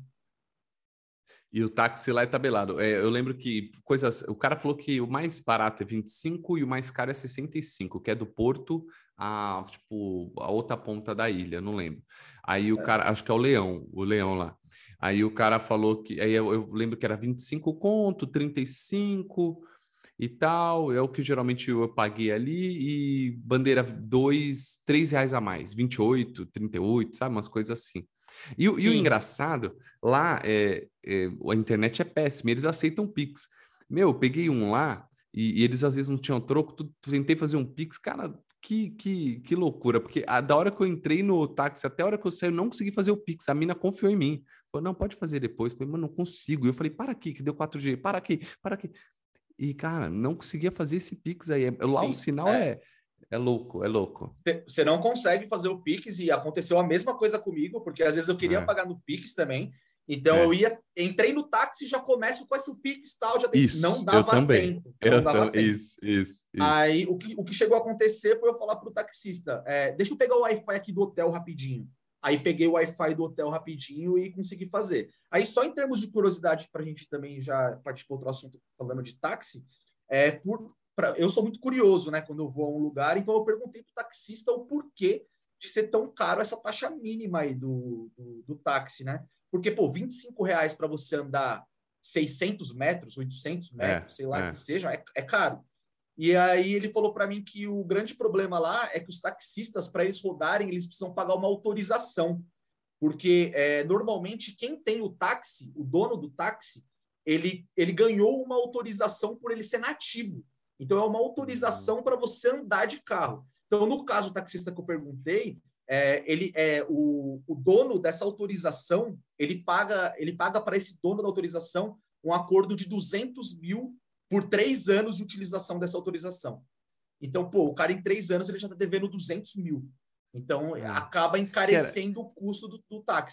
E o táxi lá é tabelado. É, eu lembro que coisas. O cara falou que o mais barato é vinte e cinco e o mais caro é sessenta e cinco, que é do Porto a, tipo, a outra ponta da ilha, não lembro. Aí o É, cara, acho que é o Leão, o Leão lá. Aí o cara falou que. Aí eu, eu lembro que era vinte e cinco conto, trinta e cinco e tal. É o que geralmente eu paguei ali. E bandeira dois, três reais a mais, vinte e oito, trinta e oito, sabe? Umas coisas assim. E, o- e o sim, engraçado, lá é, é, a internet é péssima, eles aceitam Pix. Meu, eu peguei um lá e, e eles às vezes não tinham troco, tu, tentei fazer um Pix, cara, que, que, que loucura, porque a, da hora que eu entrei no táxi até a hora que eu saí, eu não consegui fazer o Pix, a mina confiou em mim. Falou, não, pode fazer depois. Eu falei, mano, não consigo. E eu falei, para aqui, que deu quatro G, para aqui, para aqui. E, cara, não conseguia fazer esse Pix aí. É- Lá o sim. sinal É, é, é louco, é louco. você não consegue fazer o Pix e aconteceu a mesma coisa comigo, porque às vezes eu queria É, pagar no Pix também. Então eu é. ia, entrei no táxi, já começo com esse Pix tal, já tem, não Isso, eu dava também. tempo, não Eu dava tam... tempo. Isso, isso, isso. Aí o que, o que chegou a acontecer foi eu falar para o taxista: é, deixa eu pegar o Wi-Fi aqui do hotel rapidinho. Aí peguei o Wi-Fi do hotel rapidinho e consegui fazer. Aí, só em termos de curiosidade, para a gente também já partir para outro assunto falando de táxi, é, por, pra, eu sou muito curioso, né, quando eu vou a um lugar, então eu perguntei para o taxista o porquê de ser tão caro essa taxa mínima aí do, do, do táxi, né? Porque, pô, vinte e cinco reais para você andar seiscentos metros, oitocentos É, metros, sei lá que é. seja, é, é caro. E aí ele falou para mim que o grande problema lá é que os taxistas, para eles rodarem, eles precisam pagar uma autorização. Porque é, normalmente quem tem o táxi, o dono do táxi, ele, ele ganhou uma autorização por ele ser nativo. Então é uma Hum. autorização para você andar de carro. Então, no caso do taxista que eu perguntei, é, ele é o, o dono dessa autorização, ele paga, ele paga para esse dono da autorização um acordo de duzentos mil por três anos de utilização dessa autorização. Então, pô, o cara em três anos ele já está devendo duzentos mil. Então, É. acaba Que era, encarecendo o custo do, do táxi.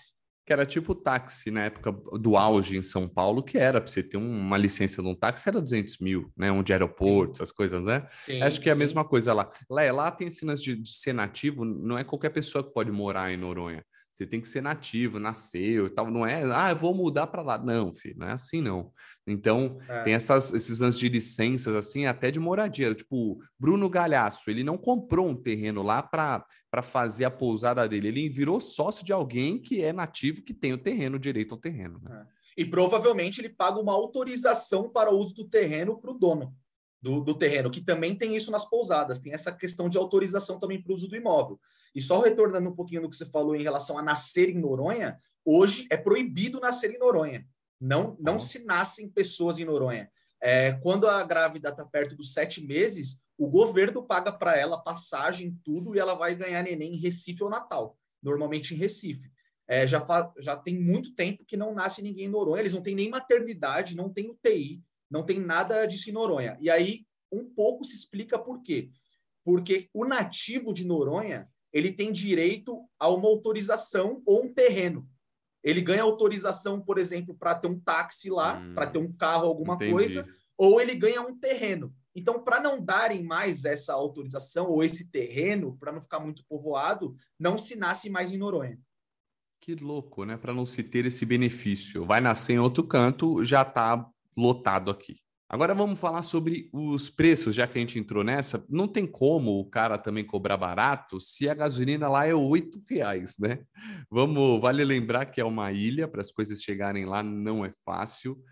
Que era tipo táxi na época do auge em São Paulo, que era para você ter um- uma licença de um táxi, era duzentos mil, né? Um de aeroporto, Sim, essas coisas, né? Acho sim, que é a mesma sim. coisa lá. Lá, é- lá tem ensinas de, de ser nativo, não é qualquer pessoa que pode morar em Noronha. Você tem que ser nativo, nasceu e tal. Não é, ah, eu vou mudar para lá. Não, filho, não é assim, não. Então, tem É. essas, esses lances de licenças, assim, até de moradia. Tipo, Bruno Galhaço, ele não comprou um terreno lá para para fazer a pousada dele. Ele virou sócio de alguém que é nativo, que tem o terreno, o direito ao terreno, né? É. E provavelmente ele paga uma autorização para o uso do terreno para o dono do, do terreno, que também tem isso nas pousadas, tem essa questão de autorização também para o uso do imóvel. E só retornando um pouquinho no que você falou em relação a nascer em Noronha, hoje é proibido nascer em Noronha. Não, não Ó, se nascem pessoas em Noronha. É, quando a grávida está perto dos sete meses, o governo paga para ela passagem, tudo, e ela vai ganhar neném em Recife ou Natal, normalmente em Recife. É, já, fa... já tem muito tempo que não nasce ninguém em Noronha, eles não têm nem maternidade, não tem U T I, não tem nada disso em Noronha. E aí, um pouco se explica por quê. Porque o nativo de Noronha, ele tem direito a uma autorização ou um terreno. Ele ganha autorização, por exemplo, para ter um táxi lá, para ter hum, um carro, alguma coisa, entendi. ou ele ganha um terreno. Então, para não darem mais essa autorização ou esse terreno, para não ficar muito povoado, não se nasce mais em Noronha. Que louco, né? Para não se ter esse benefício. Vai nascer em outro canto, já está lotado aqui. Agora vamos falar sobre os preços, já que a gente entrou nessa. Não tem como o cara também cobrar barato se a gasolina lá é oito reais, né? Vamos, vale lembrar que é uma ilha, para as coisas chegarem lá não é fácil.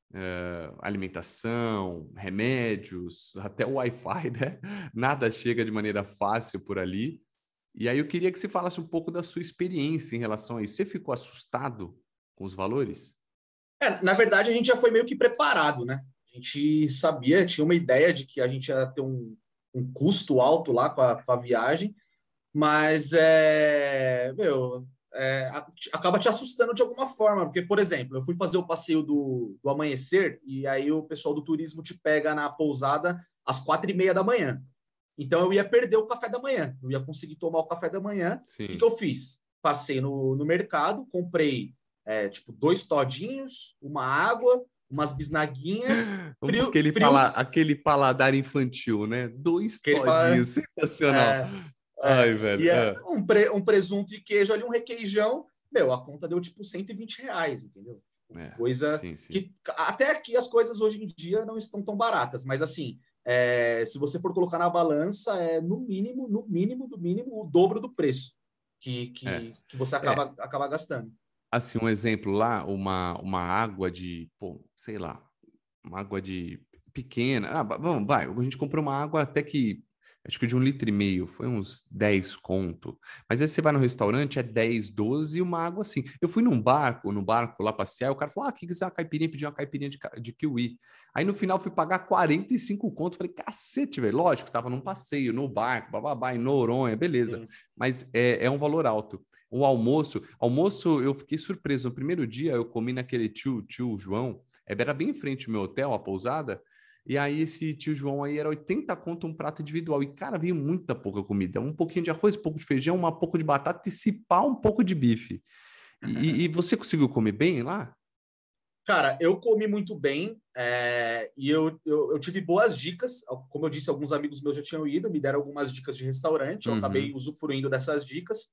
É, alimentação, remédios, até o Wi-Fi, né? Nada chega de maneira fácil por ali. E aí eu queria que você falasse um pouco da sua experiência em relação a isso. Você ficou assustado com os valores? É, na verdade, a gente já foi meio que preparado, né? A gente sabia, tinha uma ideia de que a gente ia ter um, um custo alto lá com a, com a viagem, mas é, meu, é, a- acaba te assustando de alguma forma, porque, por exemplo, eu fui fazer o passeio do, do amanhecer e aí o pessoal do turismo te pega na pousada às quatro e meia da manhã. Então eu ia perder o café da manhã, eu ia conseguir tomar o café da manhã. O que, que Sim. eu fiz? Passei no, no mercado, comprei é, tipo dois todinhos, uma água, umas bisnaguinhas, Um- frio, Aquele, pala, frios, aquele paladar infantil, né? Dois que ele fala, todinhos, sensacional. é, Ai, é, velho. e é Ah, um, pre, um presunto de queijo ali, um requeijão. Meu, a conta deu tipo cento e vinte reais, entendeu? é, Coisa sim, sim. que até aqui as coisas hoje em dia não estão tão baratas, mas assim, é, se você for colocar na balança, é no mínimo, no mínimo, do mínimo, o dobro do preço que, É, que, que você é. acaba, acaba gastando. Assim, um exemplo lá, uma, uma água de, pô, sei lá, uma água de pequena. Ah, va- vamos, vai. A gente comprou uma água até que, acho que de um litro e meio, foi uns dez conto. Mas aí você vai no restaurante, é dez, doze e uma água assim. Eu fui num barco, no barco lá passear, e o cara falou: ah, que quiser uma caipirinha, pedi uma caipirinha de, ca- de kiwi. Aí no final fui pagar quarenta e cinco conto. Falei, cacete, velho. Lógico, tava num passeio, no barco, bababá, em Noronha, beleza. Sim. Mas é, é um valor alto. O almoço, almoço, eu fiquei surpreso. No primeiro dia, eu comi naquele tio, tio João, é, era bem em frente ao meu hotel, a pousada, e aí esse tio João aí era oitenta conto um prato individual. E, cara, veio muita pouca comida. Um pouquinho de arroz, um pouco de feijão, um pouco de batata e se pá, um pouco de bife. E, e você conseguiu comer bem lá? Cara, eu comi muito bem é, e eu, eu, eu tive boas dicas. Como eu disse, alguns amigos meus já tinham ido, me deram algumas dicas de restaurante, eu acabei Uhum. usufruindo dessas dicas.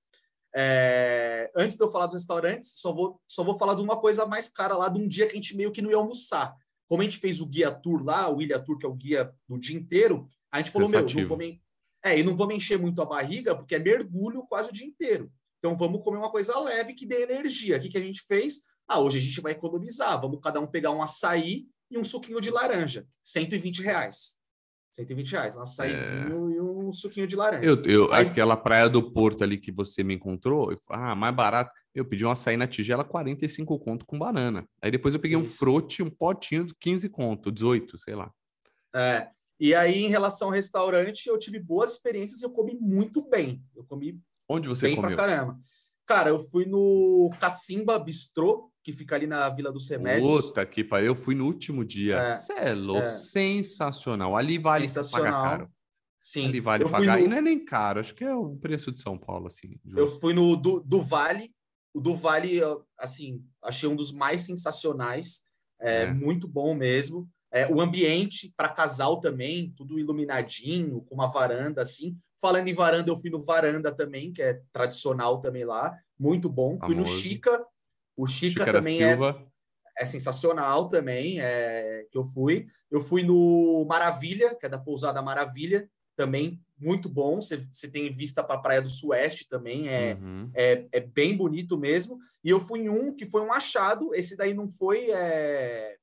É, antes de eu falar dos restaurantes, só vou, só vou falar de uma coisa mais cara lá, de um dia que a gente meio que não ia almoçar. Como a gente fez o guia tour lá, o Ilha Tour, que é o guia do dia inteiro, a gente falou, meu, não vou Cansativo. me, é, e não vou me encher muito a barriga, porque é mergulho quase o dia inteiro. Então vamos comer uma coisa leve que dê energia. O que, que a gente fez? Ah, hoje a gente vai economizar. Vamos cada um pegar um açaí e um suquinho de laranja. cento e vinte reais. cento e vinte reais. Um É... açaizinho e um suquinho de laranja. Eu, eu, Aí, aquela praia do Porto ali que você me encontrou, eu, ah, mais barato. Eu pedi um açaí na tigela, quarenta e cinco conto com banana. Aí depois eu peguei um isso. frote, um potinho de quinze conto, dezoito, sei lá. É, e aí, em relação ao restaurante, eu tive boas experiências e eu comi muito bem. Eu comi Onde você bem pra comeu? caramba. Cara, eu fui no Cacimba Bistrô, que fica ali na Vila dos Remédios. Puta que pariu, eu fui no último dia. É, Cê é louco, é sensacional. Ali vale pagar caro. sensacional. Ali Sim, vale eu fui pagar. E não no, é nem caro, acho que é o preço de São Paulo, assim, eu justo. fui no do, do Vale, o do Vale, assim, achei um dos mais sensacionais, é, É, muito bom mesmo. É, o ambiente para casal também, tudo iluminadinho, com uma varanda assim. Falando em varanda, eu fui no Varanda também, que é tradicional também lá, muito bom. Fui no famoso. Chica, o Chica Chico da também é, Silva. é sensacional também, é, que eu fui. Eu fui no Maravilha, que é da Pousada Maravilha, também muito bom. Você, você tem vista para a Praia do Sueste também, é, Uhum. é, é bem bonito mesmo. E eu fui em um que foi um achado, esse daí não foi é,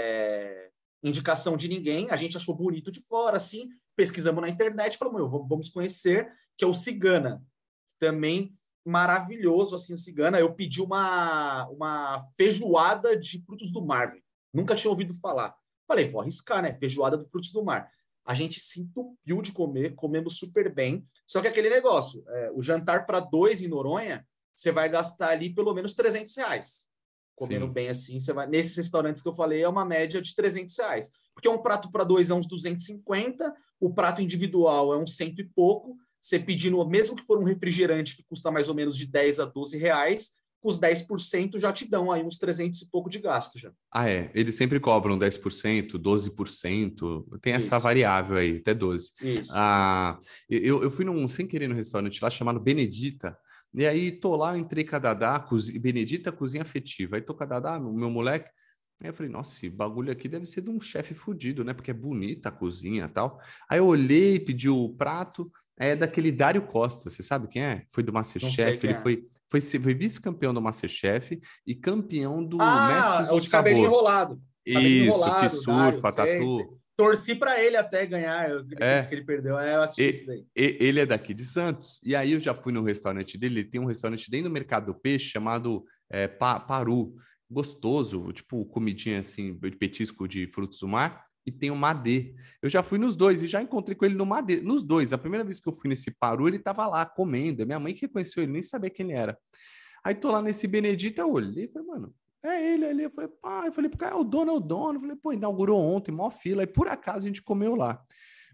é, indicação de ninguém, a gente achou bonito de fora, assim, pesquisamos na internet, falamos, vamos conhecer, que é o Cigana, também maravilhoso, assim, o Cigana. Eu pedi uma, uma feijoada de frutos do mar, véio. Nunca tinha ouvido falar. Falei, vou arriscar, né? Feijoada de frutos do mar. A gente se entupiu de comer, comemos super bem. Só que aquele negócio, é, o jantar para dois em Noronha, você vai gastar ali pelo menos trezentos reais. Comendo Sim. bem assim, você vai. Nesses restaurantes que eu falei, é uma média de trezentos reais. Porque um prato para dois é uns duzentos e cinquenta, o prato individual é uns cento e pouco. Você pedindo, mesmo que for um refrigerante que custa mais ou menos de dez a doze reais, com os dez por cento já te dão aí uns trezentos e pouco de gasto já. Ah, é. Eles sempre cobram dez por cento, doze por cento. Tem essa Isso, variável aí, até doze por cento. isso. Ah, eu, eu fui num, sem querer no restaurante lá chamado Benedita. E aí tô lá, entrei com a Dadá, cozi, Benedita Cozinha Afetiva. Aí tô com a Dadá, o meu moleque. Aí eu falei, nossa, esse bagulho aqui deve ser de um chefe fudido, né? Porque é bonita a cozinha e tal. Aí eu olhei, pedi o prato. É daquele Dário Costa, você sabe quem é? Foi do Não sei MasterChef, quem ele é. foi, foi, foi vice-campeão do MasterChef e campeão do Ah, Mestres é do o de cabelinho Sabor. enrolado. Cabelinho Isso, que enrolado, Dário, surfa, sei, sei. tatu. Torci para ele até ganhar, eu, depois que É, ele perdeu. É, eu assisti isso e- daí. e- ele é daqui de Santos. E aí eu já fui no restaurante dele. Ele tem um restaurante dentro do Mercado do Peixe chamado é, Pa- Paru. Gostoso, tipo comidinha assim, de petisco de frutos do mar. E tem o Madê. Eu já fui nos dois e já encontrei com ele no Madê. Nos dois. A primeira vez que eu fui nesse Paru, ele tava lá comendo. Minha mãe que reconheceu ele, nem sabia quem ele era. Aí tô lá nesse Benedito, eu olhei e falei, mano, é ele ali. Eu falei, pá, eu falei, cara, é o dono, é o dono. Eu falei, pô, inaugurou ontem, mó fila. E por acaso a gente comeu lá.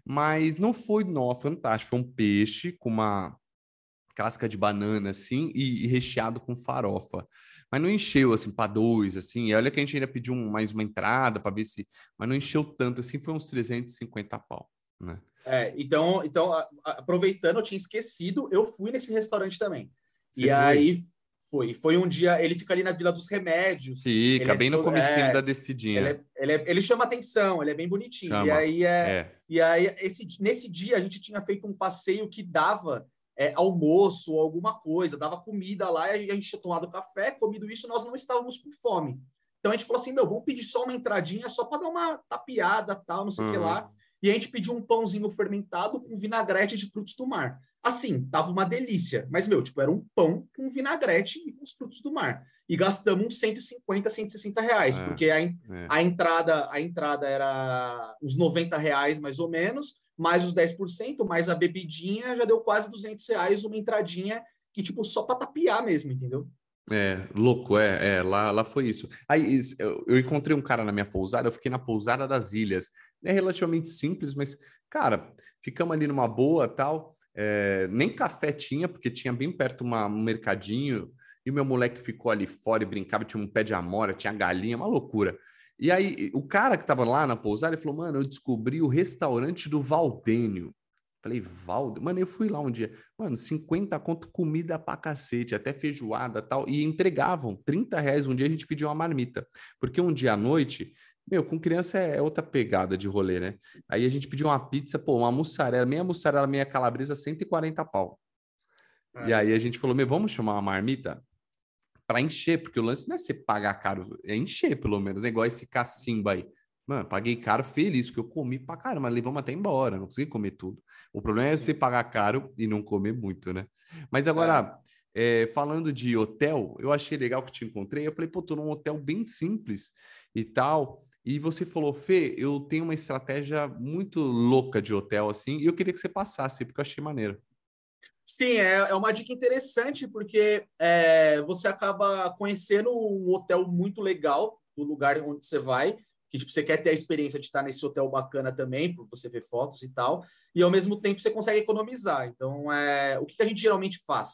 Mas não foi, não, fantástico. Foi um peixe com uma casca de banana, assim, e, e recheado com farofa. Mas não encheu, assim, para dois, assim. E olha que a gente ainda pediu um, mais uma entrada para ver se... Mas não encheu tanto, assim, foi uns trezentos e cinquenta pau, né? É, então, então a- a- aproveitando, eu tinha esquecido, eu fui nesse restaurante também. Você E foi? aí foi, foi um dia, ele fica ali na Vila dos Remédios, ele Fica é bem no todo, comecinho da é, ele, descidinha. é, ele, é- ele chama atenção, ele é bem bonitinho. E Chama. aí é, É. e aí esse, nesse dia a gente tinha feito um passeio que dava é, almoço ou alguma coisa, dava comida lá, e a gente tinha tomado café, comido isso, nós não estávamos com fome. Então a gente falou assim, meu, vamos pedir só uma entradinha, só para dar uma tapeada, tal, não sei o que Uhum. lá. E a gente pediu um pãozinho fermentado com vinagrete de frutos do mar. Assim, tava uma delícia. Mas, meu, tipo, era um pão com vinagrete e com os frutos do mar. E gastamos uns cento e cinquenta, cento e sessenta reais, É, porque a, é. a, entrada, a entrada era uns noventa reais, mais ou menos, mais os dez por cento, mais a bebidinha, já deu quase duzentos reais, uma entradinha que, tipo, só para tapear mesmo, entendeu? É, louco, é, é, lá, lá foi isso. Aí is- eu, eu encontrei um cara na minha pousada, eu fiquei na pousada das Ilhas. É relativamente simples, mas, cara, ficamos ali numa boa, tal. É, nem café tinha, porque tinha bem perto uma, um mercadinho, e o meu moleque ficou ali fora e brincava, tinha um pé de amora, tinha galinha, uma loucura. E aí, o cara que tava lá na pousada, ele falou, mano, eu descobri o restaurante do Valdênio. Falei, Valdo, mano, eu fui lá um dia, mano, cinquenta conto comida pra cacete, até feijoada e tal, e entregavam trinta reais um dia a gente pediu uma marmita, porque um dia à noite, meu, com criança é outra pegada de rolê, né? Aí a gente pediu uma pizza, pô, uma mussarela, meia mussarela, meia calabresa, cento e quarenta pau. E É, aí a gente falou, meu, vamos chamar uma marmita para encher, porque o lance não é você pagar caro, é encher pelo menos, é igual esse cacimba aí. Mano, paguei caro feliz, porque eu comi pra caramba, mas levamos até embora, não consegui comer tudo. O problema é você sim. pagar caro e não comer muito, né? Mas É. agora, é, falando de hotel, eu achei legal que te encontrei. Eu falei, pô, tô num hotel bem simples e tal. E você falou, Fê, eu tenho uma estratégia muito louca de hotel, assim, e eu queria que você passasse, porque eu achei maneiro. Sim, é, é uma dica interessante, porque é, você acaba conhecendo um hotel muito legal do lugar onde você vai, que tipo, você quer ter a experiência de estar nesse hotel bacana também, por você ver fotos e tal, e ao mesmo tempo você consegue economizar. Então, é, o que a gente geralmente faz?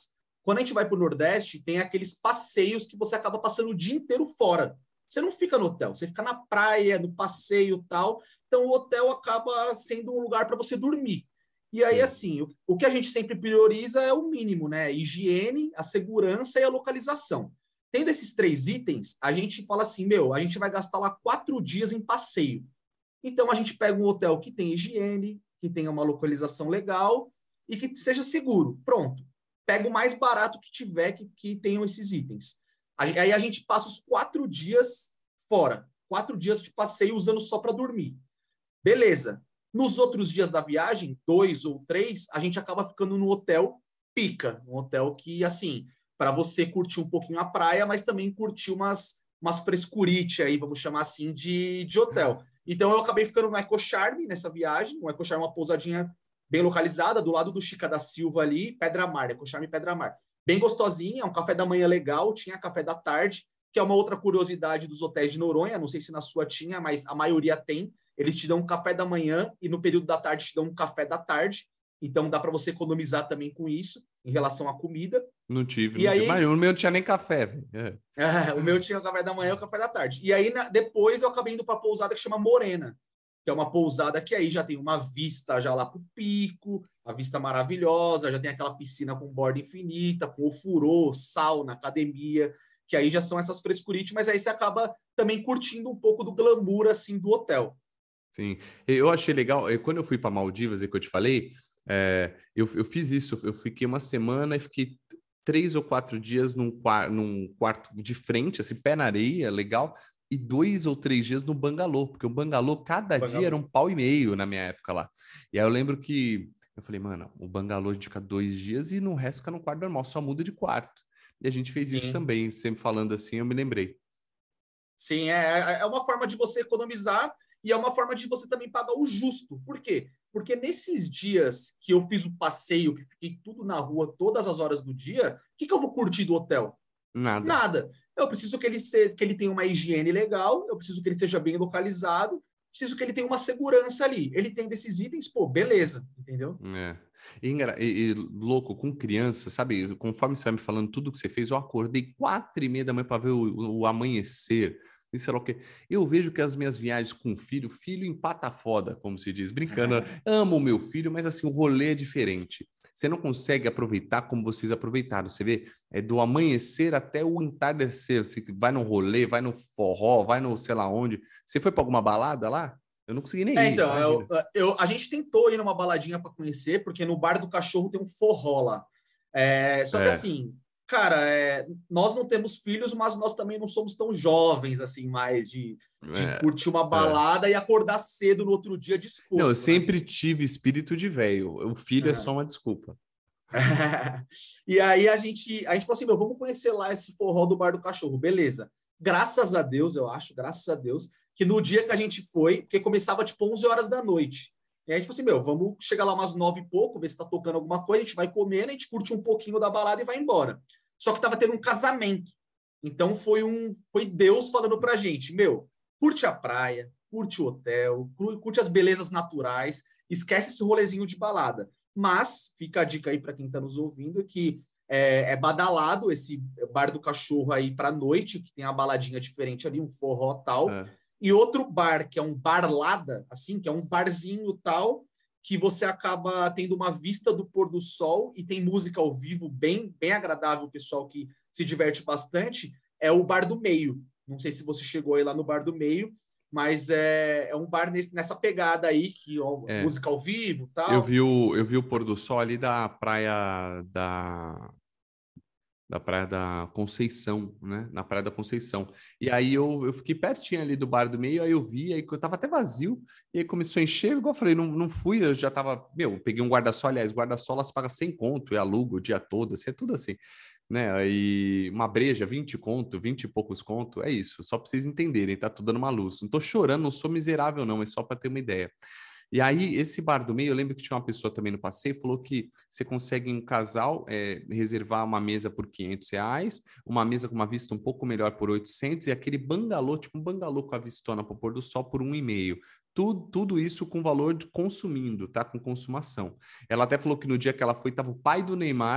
quando a gente vai para o Nordeste, tem aqueles passeios que você acaba passando o dia inteiro fora. Você não fica no hotel, você fica na praia, no passeio e tal. Então, o hotel acaba sendo um lugar para você dormir. E aí, Sim. assim, o, o que a gente sempre prioriza é o mínimo, né? A higiene, a segurança e a localização. Tendo esses três itens, a gente fala assim, meu, a gente vai gastar lá quatro dias em passeio. Então, a gente pega um hotel que tem higiene, que tenha uma localização legal e que seja seguro. Pronto. Pega o mais barato que tiver que, que tenham esses itens. Aí a gente passa os quatro dias fora. Quatro dias de passeio usando só para dormir. Beleza. Nos outros dias da viagem, dois ou três, a gente acaba ficando no hotel pica. Um hotel que, assim, para você curtir um pouquinho a praia, mas também curtir umas, umas frescurite aí, vamos chamar assim, de, de hotel. Então, eu acabei ficando no Eco Charme nessa viagem. O Eco Charme é uma pousadinha bem localizada, do lado do Chica da Silva ali, Pedra Mar, Eco Charme Pedra Mar. Bem gostosinha, é um café da manhã legal, tinha café da tarde, que é uma outra curiosidade dos hotéis de Noronha, não sei se na sua tinha, mas a maioria tem. Eles te dão um café da manhã e no período da tarde te dão um café da tarde. Então dá para você economizar também com isso, em relação à comida. Não tive, e não aí... tive. Mas o meu não tinha nem café, velho. É. É, o meu tinha o café da manhã e o café da tarde. E aí, na... depois, eu acabei indo para a pousada que chama Morena, que é uma pousada que aí já tem uma vista já lá para o pico, a vista maravilhosa, já tem aquela piscina com borda infinita, com ofurô, sauna, academia, que aí já são essas frescurites, mas aí você acaba também curtindo um pouco do glamour, assim, do hotel. Sim, eu achei legal, quando eu fui para Maldivas, é que eu te falei, é, eu, eu fiz isso, eu fiquei uma semana e fiquei três ou quatro dias num, num quarto de frente, assim, pé na areia, legal, e dois ou três dias no bangalô, porque o bangalô, cada bangalô. dia era um pau e meio na minha época lá. E aí eu lembro que eu falei, mano, o bangalô a gente fica dois dias e no resto fica no quarto normal, só muda de quarto. E a gente fez Sim. isso também, sempre falando assim, eu me lembrei. Sim, é, é uma forma de você economizar e é uma forma de você também pagar o justo. Por quê? Porque nesses dias que eu fiz o passeio, que fiquei tudo na rua todas as horas do dia, o que, que eu vou curtir do hotel? Nada. Nada. Eu preciso que ele, se, que ele tenha uma higiene legal, eu preciso que ele seja bem localizado, preciso que ele tenha uma segurança ali. Ele tem desses itens, pô, beleza, entendeu? É. E, e, e louco, com criança, sabe? Conforme você vai me falando tudo que você fez, eu acordei quatro e meia da manhã para ver o, o amanhecer. E sei lá o quê. Eu vejo que as minhas viagens com filho, filho empata foda, como se diz, brincando. Amo o meu filho, mas assim, o rolê é diferente. Você não consegue aproveitar como vocês aproveitaram. Você vê, é do amanhecer até o entardecer. Você vai no rolê, vai no forró, vai no sei lá onde. Você foi para alguma balada lá? Eu não consegui nem é, ir. Então, eu, eu, a gente tentou ir numa baladinha para conhecer, porque no Bar do Cachorro tem um forró lá. É, só que é. assim, cara, é, nós não temos filhos, mas nós também não somos tão jovens assim, mais de, de é, curtir uma balada é. e acordar cedo no outro dia disposto. Não, eu né? sempre tive espírito de velho. O filho uhum. é só uma desculpa. E aí a gente, a gente falou assim, meu, vamos conhecer lá esse forró do Bar do Cachorro. Beleza. Graças a Deus, eu acho, graças a Deus, que no dia que a gente foi, porque começava tipo onze horas da noite. E a gente falou assim, meu, vamos chegar lá umas nove e pouco, ver se tá tocando alguma coisa, a gente vai comer, a gente curte um pouquinho da balada e vai embora. Só que tava tendo um casamento. Então foi um, foi Deus falando pra gente, meu, curte a praia, curte o hotel, curte as belezas naturais, esquece esse rolezinho de balada. Mas fica a dica aí para quem está nos ouvindo que é, é badalado esse Bar do Cachorro aí para noite, que tem uma baladinha diferente ali, um forró tal. É. E outro bar, que é um barlada, assim, que é um barzinho tal, que você acaba tendo uma vista do pôr do sol e tem música ao vivo bem, bem agradável, o pessoal que se diverte bastante, é o Bar do Meio. Não sei se você chegou aí lá no Bar do Meio, mas é, é um bar nesse, nessa pegada aí, que ó, é. música ao vivo e tal. Eu vi, o, eu vi o pôr do sol ali da praia da... da Praia da Conceição, né? Na Praia da Conceição. E aí eu, eu fiquei pertinho ali do Bar do Meio, aí eu vi, aí eu tava até vazio, e aí começou a encher, igual eu falei, não, não fui, eu já tava, meu, peguei um guarda-sol, aliás, guarda-sol elas pagam cem conto, e aluga o dia todo, assim, é tudo assim, né? Aí uma breja, vinte conto, vinte e poucos conto, é isso, só pra vocês entenderem, tá tudo dando uma luz. Não tô chorando, não sou miserável não, é só para ter uma ideia. E aí, esse Bar do Meio, eu lembro que tinha uma pessoa também no passeio, falou que você consegue em um casal é, reservar uma mesa por quinhentos reais, uma mesa com uma vista um pouco melhor por oitocentos, e aquele bangalô, tipo um bangalô com a vistona para o pôr do sol por um e meio. Tudo, tudo isso com valor de consumindo, tá? Com consumação. Ela até falou que no dia que ela foi, estava o pai do Neymar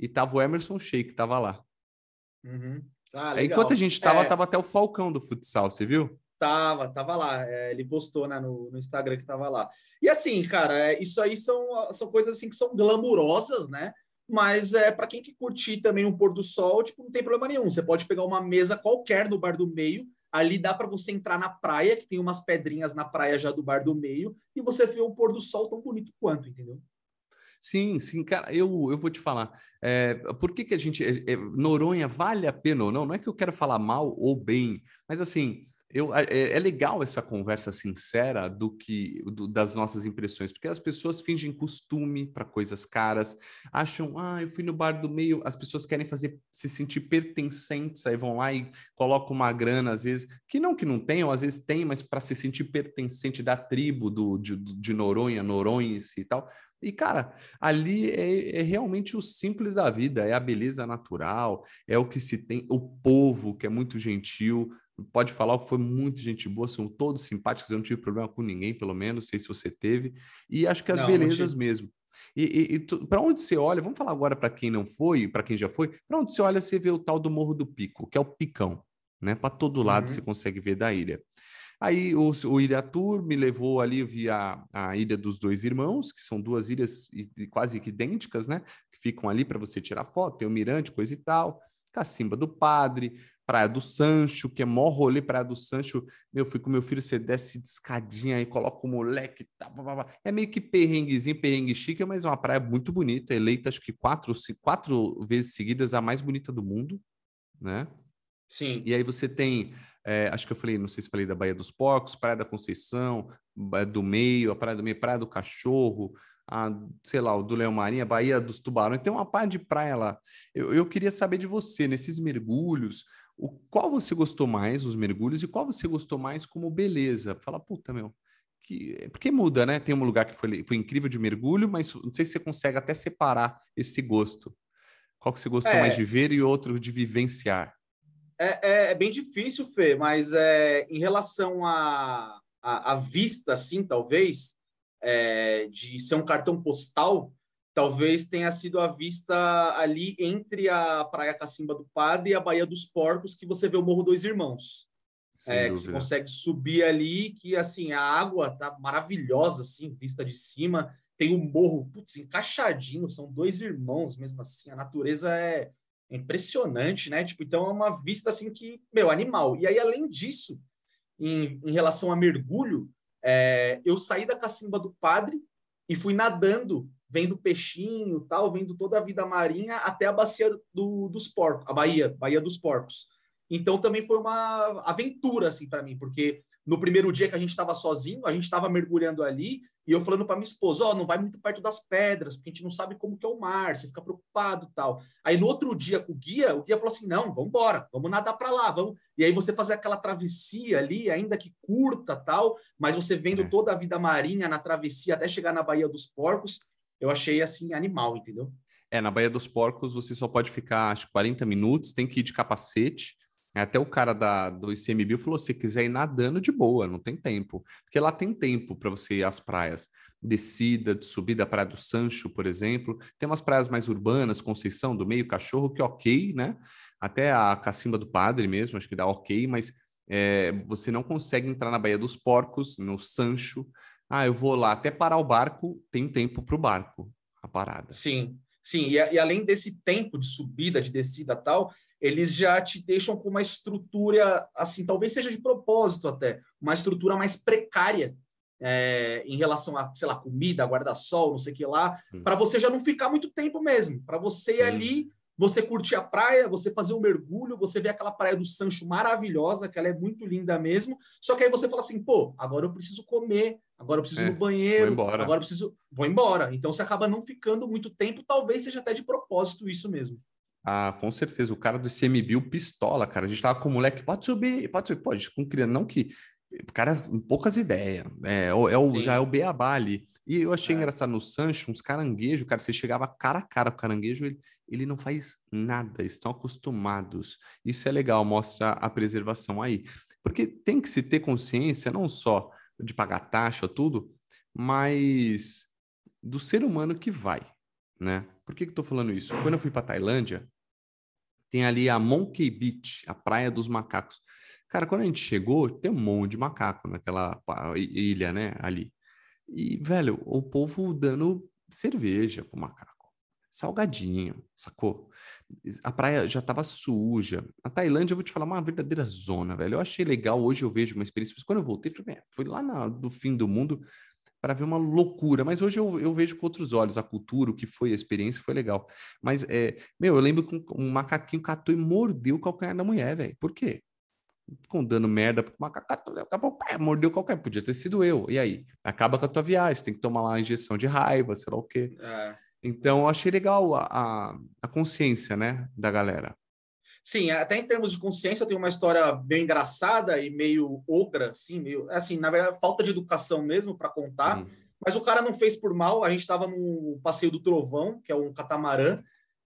e tava o Emerson Sheik, tava lá. Uhum. Ah, Aí, enquanto a legal. gente tava, É, tava até o Falcão do futsal, você viu? tava, tava lá. É, ele postou, né, no, no Instagram que tava lá. E assim, cara, é, isso aí são, são coisas assim que são glamurosas, né? Mas é para quem que curtir também um pôr do sol, tipo, não tem problema nenhum. Você pode pegar uma mesa qualquer no bar do meio, ali dá para você entrar na praia, que tem umas pedrinhas na praia já do bar do meio, e você vê um pôr do sol tão bonito quanto, entendeu? Sim, sim, cara, eu, eu vou te falar. É, por que que a gente. É, é, Noronha vale a pena ou não? Não é que eu quero falar mal ou bem, mas assim, eu, é, é legal essa conversa sincera do que do- das nossas impressões, porque as pessoas fingem costume para coisas caras, acham, ah, eu fui no bar do meio, as pessoas querem fazer se sentir pertencentes, aí vão lá e colocam uma grana, às vezes, que não que não tenham, às vezes tem, mas para se sentir pertencente da tribo do, de, de Noronha, Noronhense e tal. E, cara, ali é, é realmente o simples da vida, é a beleza natural, é o que se tem, o povo que é muito gentil, pode falar que foi muito gente boa, são todos simpáticos, eu não tive problema com ninguém, pelo menos, não sei se você teve, e acho que as Não, não belezas tive. mesmo. E, e, e para onde você olha, vamos falar agora para quem não foi, para quem já foi, para onde você olha, você vê o tal do Morro do Pico, que é o Picão, né? Para todo lado você Uhum. consegue ver da ilha. Aí o, o Ilha Tour me levou ali via a Ilha dos Dois Irmãos, que são duas ilhas quase que idênticas, né? Que ficam ali para você tirar foto, tem o Mirante, coisa e tal. Cacimba do Padre, Praia do Sancho, que é mó rolê, Praia do Sancho. Meu, fui com meu filho, você desce de escadinha aí, coloca o moleque, tá, blá, blá, blá. É meio que perrenguezinho, perrengue chique, mas é uma praia muito bonita, eleita acho que quatro, quatro vezes seguidas a mais bonita do mundo, né? E Sim. aí você tem, é, acho que eu falei, não sei se falei da Baía dos Porcos, Praia da Conceição, Baía do Meio, a Praia do Meio, Praia do Cachorro, a, sei lá, o do Leão Marinho, a Baía dos Tubarões, tem uma parte de praia lá. Eu, eu queria saber de você, nesses mergulhos, o qual você gostou mais, os mergulhos, e qual você gostou mais como beleza? Fala, puta, meu, que, porque muda, né? Tem um lugar que foi, foi incrível de mergulho, mas não sei se você consegue até separar esse gosto. Qual que você gostou mais de É, ver e outro de vivenciar? é, é, é bem difícil, Fê, mas é, em relação à a, a, a, vista, assim, talvez, é, de ser um cartão postal, talvez tenha sido a vista ali entre a Praia Cacimba do Padre e a Baía dos Porcos, que você vê o Morro Dois Irmãos. Sem É, que você dúvida. consegue subir ali, que assim, a água tá maravilhosa, assim, vista de cima. Tem um morro, putz, encaixadinho, são dois irmãos mesmo assim. A natureza é impressionante, né? Tipo, então é uma vista assim que, meu, animal. E aí, além disso, em, em relação a mergulho, é, eu saí da Cacimba do Padre e fui nadando, vendo peixinho, tal, vendo toda a vida marinha até a bacia do, dos porcos, a Baía, Baía dos Porcos. Então também foi uma aventura assim para mim, porque no primeiro dia que a gente estava sozinho, a gente estava mergulhando ali e eu falando para minha esposa, ó, oh, não vai muito perto das pedras, porque a gente não sabe como que é o mar, você fica preocupado, tal. Aí no outro dia com o guia, o guia falou assim: "Não, vamos embora, vamos nadar para lá, vamos". E aí você fazer aquela travessia ali, ainda que curta, tal, mas você vendo É. toda a vida marinha na travessia até chegar na Baía dos Porcos, eu achei assim animal, entendeu? É, na Baía dos Porcos você só pode ficar, acho, quarenta minutos, tem que ir de capacete. Até o cara da, do I C M B I falou: se quiser ir nadando de boa, não tem tempo. Porque lá tem tempo para você ir às praias. Descida, de subida, a Praia do Sancho, por exemplo. Tem umas praias mais urbanas, Conceição do Meio, Cachorro, que ok, né? Até a Cacimba do Padre mesmo, acho que dá ok, mas é, você não consegue entrar na Baía dos Porcos, no Sancho. Ah, eu vou lá até parar o barco, tem tempo para o barco, a parada. Sim, sim. E, e além desse tempo de subida, de descida tal, eles já te deixam com uma estrutura, assim, talvez seja de propósito até, uma estrutura mais precária é, em relação a, sei lá, comida, guarda-sol, não sei o que lá, Sim, para você já não ficar muito tempo mesmo, para você ir sim. ali, você curtir a praia, você fazer um mergulho, você ver aquela praia do Sancho maravilhosa, que ela é muito linda mesmo, só que aí você fala assim, pô, agora eu preciso comer, agora eu preciso ir no É, vou banheiro, agora embora. eu preciso, vou embora. Então você acaba não ficando muito tempo, talvez seja até de propósito isso mesmo. Ah, com certeza. O cara do I C M B I, o pistola, cara. A gente tava com o moleque, pode subir, pode subir, pode, com criança. Não que. O cara, com poucas ideias. É, é o, é o- já é o Sim, beabá ali. E eu achei é, engraçado no Sancho, uns caranguejos, cara. Você chegava cara a cara com o caranguejo, ele, ele não faz nada, eles estão acostumados. Isso é legal, mostra a preservação aí. Porque tem que se ter consciência, não só de pagar taxa, tudo, mas do ser humano que vai, né? Por que que eu tô falando isso? Quando eu fui para Tailândia, tem ali a Monkey Beach, a Praia dos Macacos. Cara, quando a gente chegou, tem um monte de macaco naquela ilha, né, ali. E, velho, o povo dando cerveja pro macaco, salgadinho, sacou? A praia já tava suja. A Tailândia, eu vou te falar, uma verdadeira zona, velho. Eu achei legal, hoje eu vejo uma experiência, mas quando eu voltei, falei, fui lá na, do fim do mundo para ver uma loucura, mas hoje eu, eu vejo com outros olhos a cultura, o que foi a experiência, foi legal. Mas, é, meu, eu lembro que um, um macaquinho catou e mordeu o calcanhar da mulher, velho. Por quê? Ficam dando merda pro macaco, acabou, pá, mordeu qualquer, podia ter sido eu. E aí? Acaba com a tua viagem, tem que tomar lá a injeção de raiva, sei lá o quê. É, Então, eu achei legal a, a, a consciência, né, da galera. sim, até em termos de consciência, tem uma história bem engraçada e meio ogra, assim, meio, assim, na verdade, falta de educação mesmo para contar. Hum. Mas o cara não fez por mal. A gente estava no passeio do Trovão, que é um catamarã,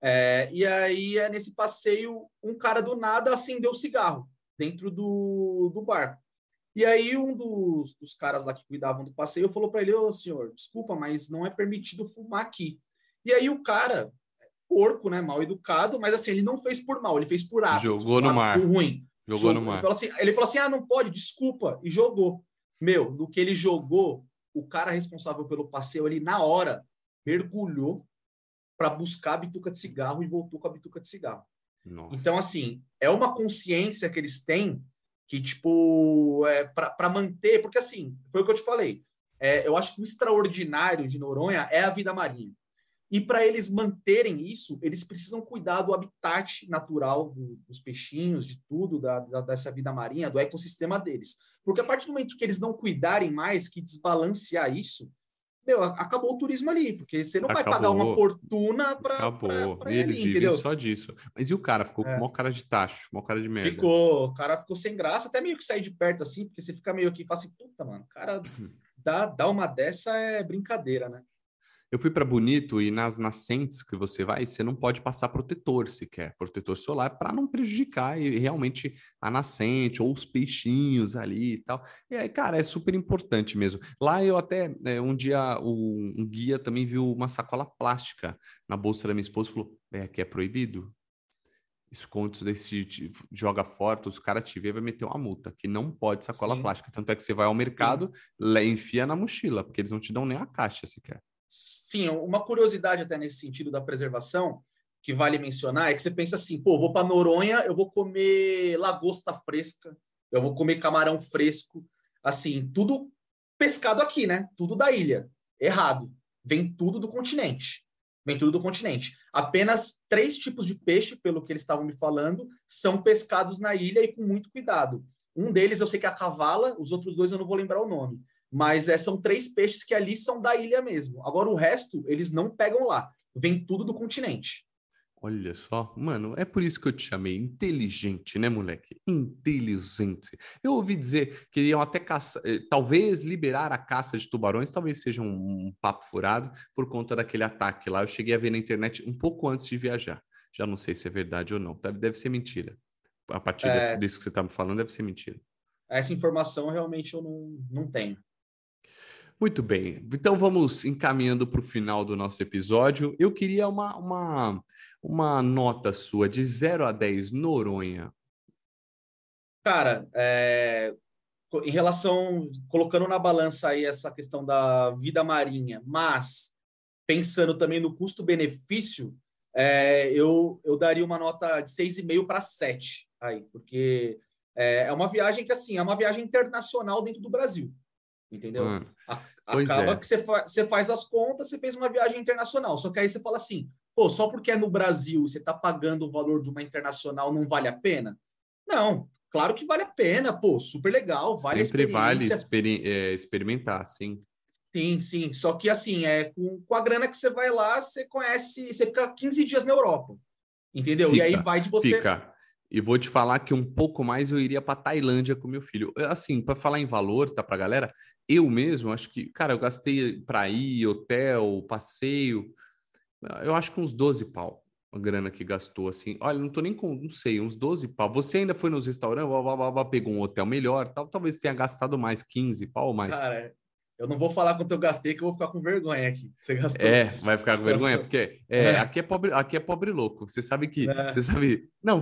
é, e aí é nesse passeio um cara do nada acendeu o cigarro dentro do, do barco. E aí um dos, dos caras lá que cuidavam do passeio falou para ele: ô senhor, desculpa, mas não é permitido fumar aqui. E aí o cara, porco, né, mal educado, mas assim, ele não fez por mal, ele fez por hábito, Jogou um no hábito mar. ruim. Jogou no Jogou, ele mar. falou assim, ele falou assim: ah, não pode, desculpa, e jogou. Meu, no que ele jogou, o cara responsável pelo passeio ali, na hora, mergulhou para buscar a bituca de cigarro e voltou com a bituca de cigarro. Nossa. Então, assim, é uma consciência que eles têm que, tipo, é para manter, porque assim, foi o que eu te falei. É, eu acho que o extraordinário de Noronha é a vida marinha. E para eles manterem isso, eles precisam cuidar do habitat natural do, dos peixinhos, de tudo, da, da, dessa vida marinha, do ecossistema deles. Porque a partir do momento que eles não cuidarem mais, que desbalancear isso, meu, acabou o turismo ali, porque você não vai pagar uma Acabou. fortuna para Acabou. ir Eles ali, vivem entendeu? só disso. Mas e o cara? Ficou com É. maior cara de tacho, maior cara de merda. Ficou, o cara ficou sem graça, até meio que sair de perto assim, porque você fica meio que e fala assim, puta, mano, cara, dá, dá uma dessa é brincadeira, né? Eu fui para Bonito e nas nascentes que você vai, você não pode passar protetor sequer, protetor solar, para não prejudicar e realmente a nascente ou os peixinhos ali e tal. E aí, cara, é super importante mesmo. Lá eu até, né, um dia, o, um guia também viu uma sacola plástica na bolsa da minha esposa e falou: é, aqui é proibido. Esconde desse joga fora, os caras te vê, vai meter uma multa, que não pode sacola Sim, plástica. Tanto é que você vai ao sim. mercado, enfia na mochila, porque eles não te dão nem a caixa sequer. Sim, uma curiosidade até nesse sentido da preservação, que vale mencionar, é que você pensa assim, pô, vou para Noronha, eu vou comer lagosta fresca, eu vou comer camarão fresco, assim, tudo pescado aqui, né? Tudo da ilha. Errado. Vem tudo do continente. Vem tudo do continente. Apenas três tipos de peixe, pelo que eles estavam me falando, são pescados na ilha e com muito cuidado. Um deles eu sei que é a cavala, os outros dois eu não vou lembrar o nome. Mas é, são três peixes que ali são da ilha mesmo. Agora, o resto, eles não pegam lá. Vem tudo do continente. Olha só, mano, é por isso que eu te chamei inteligente, né, moleque? Inteligente. Eu ouvi dizer que iam até caça, eh, talvez liberar a caça de tubarões, talvez seja um, um papo furado por conta daquele ataque lá. Eu cheguei a ver na internet um pouco antes de viajar. Já não sei se é verdade ou não. Deve, deve ser mentira. A partir desse, É, disso que você tá me falando, deve ser mentira. essa informação realmente eu não, não tenho. Muito bem, então vamos encaminhando para o final do nosso episódio. Eu queria uma, uma, uma nota sua de zero a dez, Noronha. Cara, é, em relação, colocando na balança aí essa questão da vida marinha, mas pensando também no custo-benefício, é, eu, eu daria uma nota de seis vírgula cinco para sete aí, porque é, é uma viagem que, assim, é uma viagem internacional dentro do Brasil, entendeu? Mano, A, pois acaba é, que você, fa, você faz as contas, você fez uma viagem internacional, só que aí você fala assim, pô, só porque é no Brasil e você está pagando o valor de uma internacional não vale a pena? Não, claro que vale a pena, pô, super legal, vale a sempre vale experiência. experi é, experimentar, sim. Sim, sim. Só que assim, é com, com a grana que você vai lá, você conhece, você fica quinze dias na Europa, entendeu? E aí Fica, vai de você. fica. E vou te falar que um pouco mais eu iria para Tailândia com meu filho. Assim, para falar em valor, tá, pra galera? Eu mesmo, acho que, cara, eu gastei para ir, hotel, passeio, eu acho que uns doze pau. A grana que gastou, assim. Olha, não tô nem com, não sei, uns doze pau. Você ainda foi nos restaurantes, blá, blá, blá, blá, pegou um hotel melhor, tal, talvez tenha gastado mais, quinze pau ou mais. Cara, Eu não vou falar quanto eu gastei, que eu vou ficar com vergonha aqui. Você gastou. É, vai ficar com Você vergonha, gastou. porque é, É. aqui é pobre, aqui é pobre louco. Você sabe que, É. você sabe, não,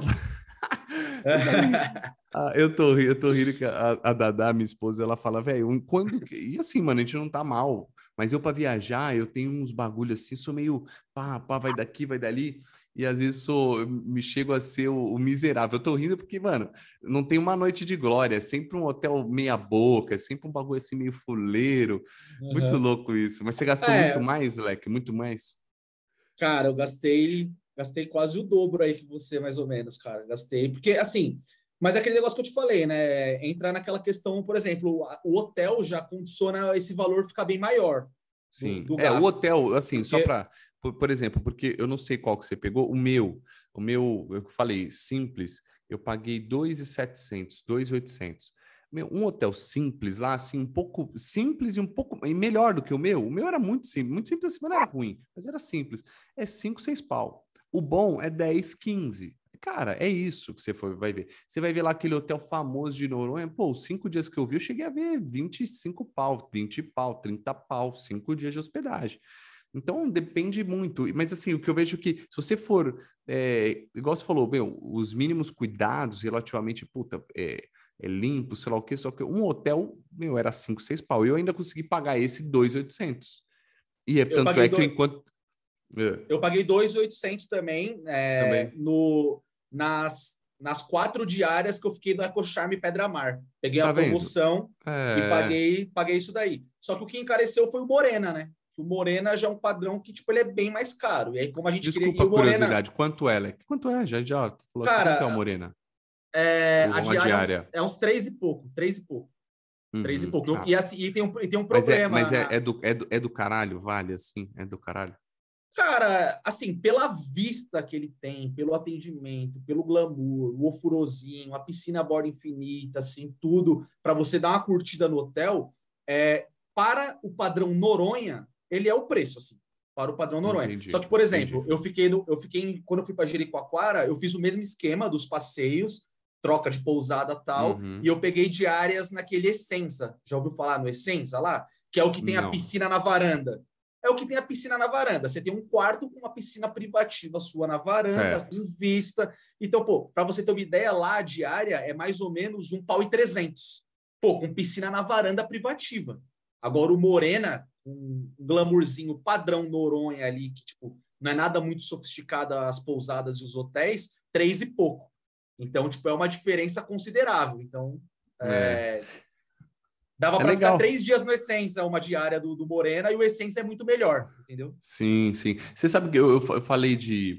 você sabe, ah, eu tô, ri- eu tô rindo que a, a Dadá, minha esposa, ela fala, velho, um- quando que-" e assim, mano, a gente não tá mal, mas eu para viajar, eu tenho uns bagulho assim, sou meio pá, pá, vai daqui, vai dali, e às vezes sou, me chego a ser o, o miserável. Eu tô rindo porque, mano, não tem uma noite de glória, é sempre um hotel meia boca, é sempre um bagulho assim meio fuleiro, muito Uhum. louco isso. Mas você gastou muito É, mais, Leque, muito mais? cara, eu gastei, gastei quase o dobro aí que você, mais ou menos, cara. Gastei, porque assim, mas é aquele negócio que eu te falei, né? Entrar naquela questão, por exemplo, a- o hotel já condiciona esse valor ficar bem maior do, Sim. do É, o gasto. hotel, assim, só Porque, para, por, por exemplo, porque eu não sei qual que você pegou, o meu, o meu, eu falei, simples, eu paguei dois mil e setecentos, dois mil e oitocentos. Meu, um hotel simples lá, assim, um pouco simples e um pouco e melhor do que o meu. O meu era muito simples, muito simples assim, mas não era ruim, mas era simples. É cinco, seis pau. O bom é dez, quinze. Cara, é isso que você for, vai ver. Você vai ver lá aquele hotel famoso de Noronha. Pô, os cinco dias que eu vi, eu cheguei a ver vinte e cinco pau, vinte pau, trinta pau, cinco dias de hospedagem. Então, depende muito. Mas, assim, o que eu vejo que, se você for, é, igual você falou, meu, os mínimos cuidados relativamente, puta, é, é limpo, sei lá o quê, só que um hotel, meu, era cinco, seis pau. Eu ainda consegui pagar esse dois mil e oitocentos. E é, eu tanto paguei é que eu, do, enquanto... É, eu paguei dois mil e oitocentos também é, também. no, nas, nas quatro diárias que eu fiquei do EcoCharme Pedra Mar. Peguei a Tá vendo? promoção e É... paguei, paguei isso daí. Só que o que encareceu foi o Morena, né? O Morena já é um padrão que, tipo, ele é bem mais caro. E aí, como a gente queria... E Desculpa a o Morena, curiosidade, quanto é, Leque? Quanto é? Já, já tu falou aqui, quanto é o cara, Morena? é, Ou a uma diária é uns, diária? é uns três e pouco, três e pouco, três e Uhum. pouco. E, Ah, assim, e, tem, um, e tem um mas é, problema mas é, na, é, do, é, do, é do caralho, vale assim? É do caralho? cara, assim, pela vista que ele tem, pelo atendimento, pelo glamour, o ofurôzinho, a piscina a borda infinita, assim, tudo, para você dar uma curtida no hotel, é, para o padrão Noronha, ele é o preço, assim, para o padrão Noronha. Só Entendi, que, por entendi. exemplo, eu fiquei, no, eu fiquei quando eu fui para Jericoacoara, eu fiz o mesmo esquema dos passeios, troca de pousada tal, e Uhum. eu peguei diárias naquele Essenza. Já ouviu falar no Essenza lá? Que é o que tem a Não, piscina na varanda. É o que tem a piscina na varanda. Você tem um quarto com uma piscina privativa sua na varanda, certo. com vista. Então, pô, para você ter uma ideia, lá a diária é mais ou menos um pau e trezentos. Pô, com piscina na varanda privativa. Agora o Morena, um glamourzinho padrão Noronha ali, que tipo, não é nada muito sofisticado as pousadas e os hotéis, três e pouco. Então, tipo, é uma diferença considerável. Então, É, é, dava é para ficar legal. três dias no Essência, uma diária do, do Morena, e o Essência é muito melhor, entendeu? Sim, sim. Você sabe que eu, eu, fa- eu falei de.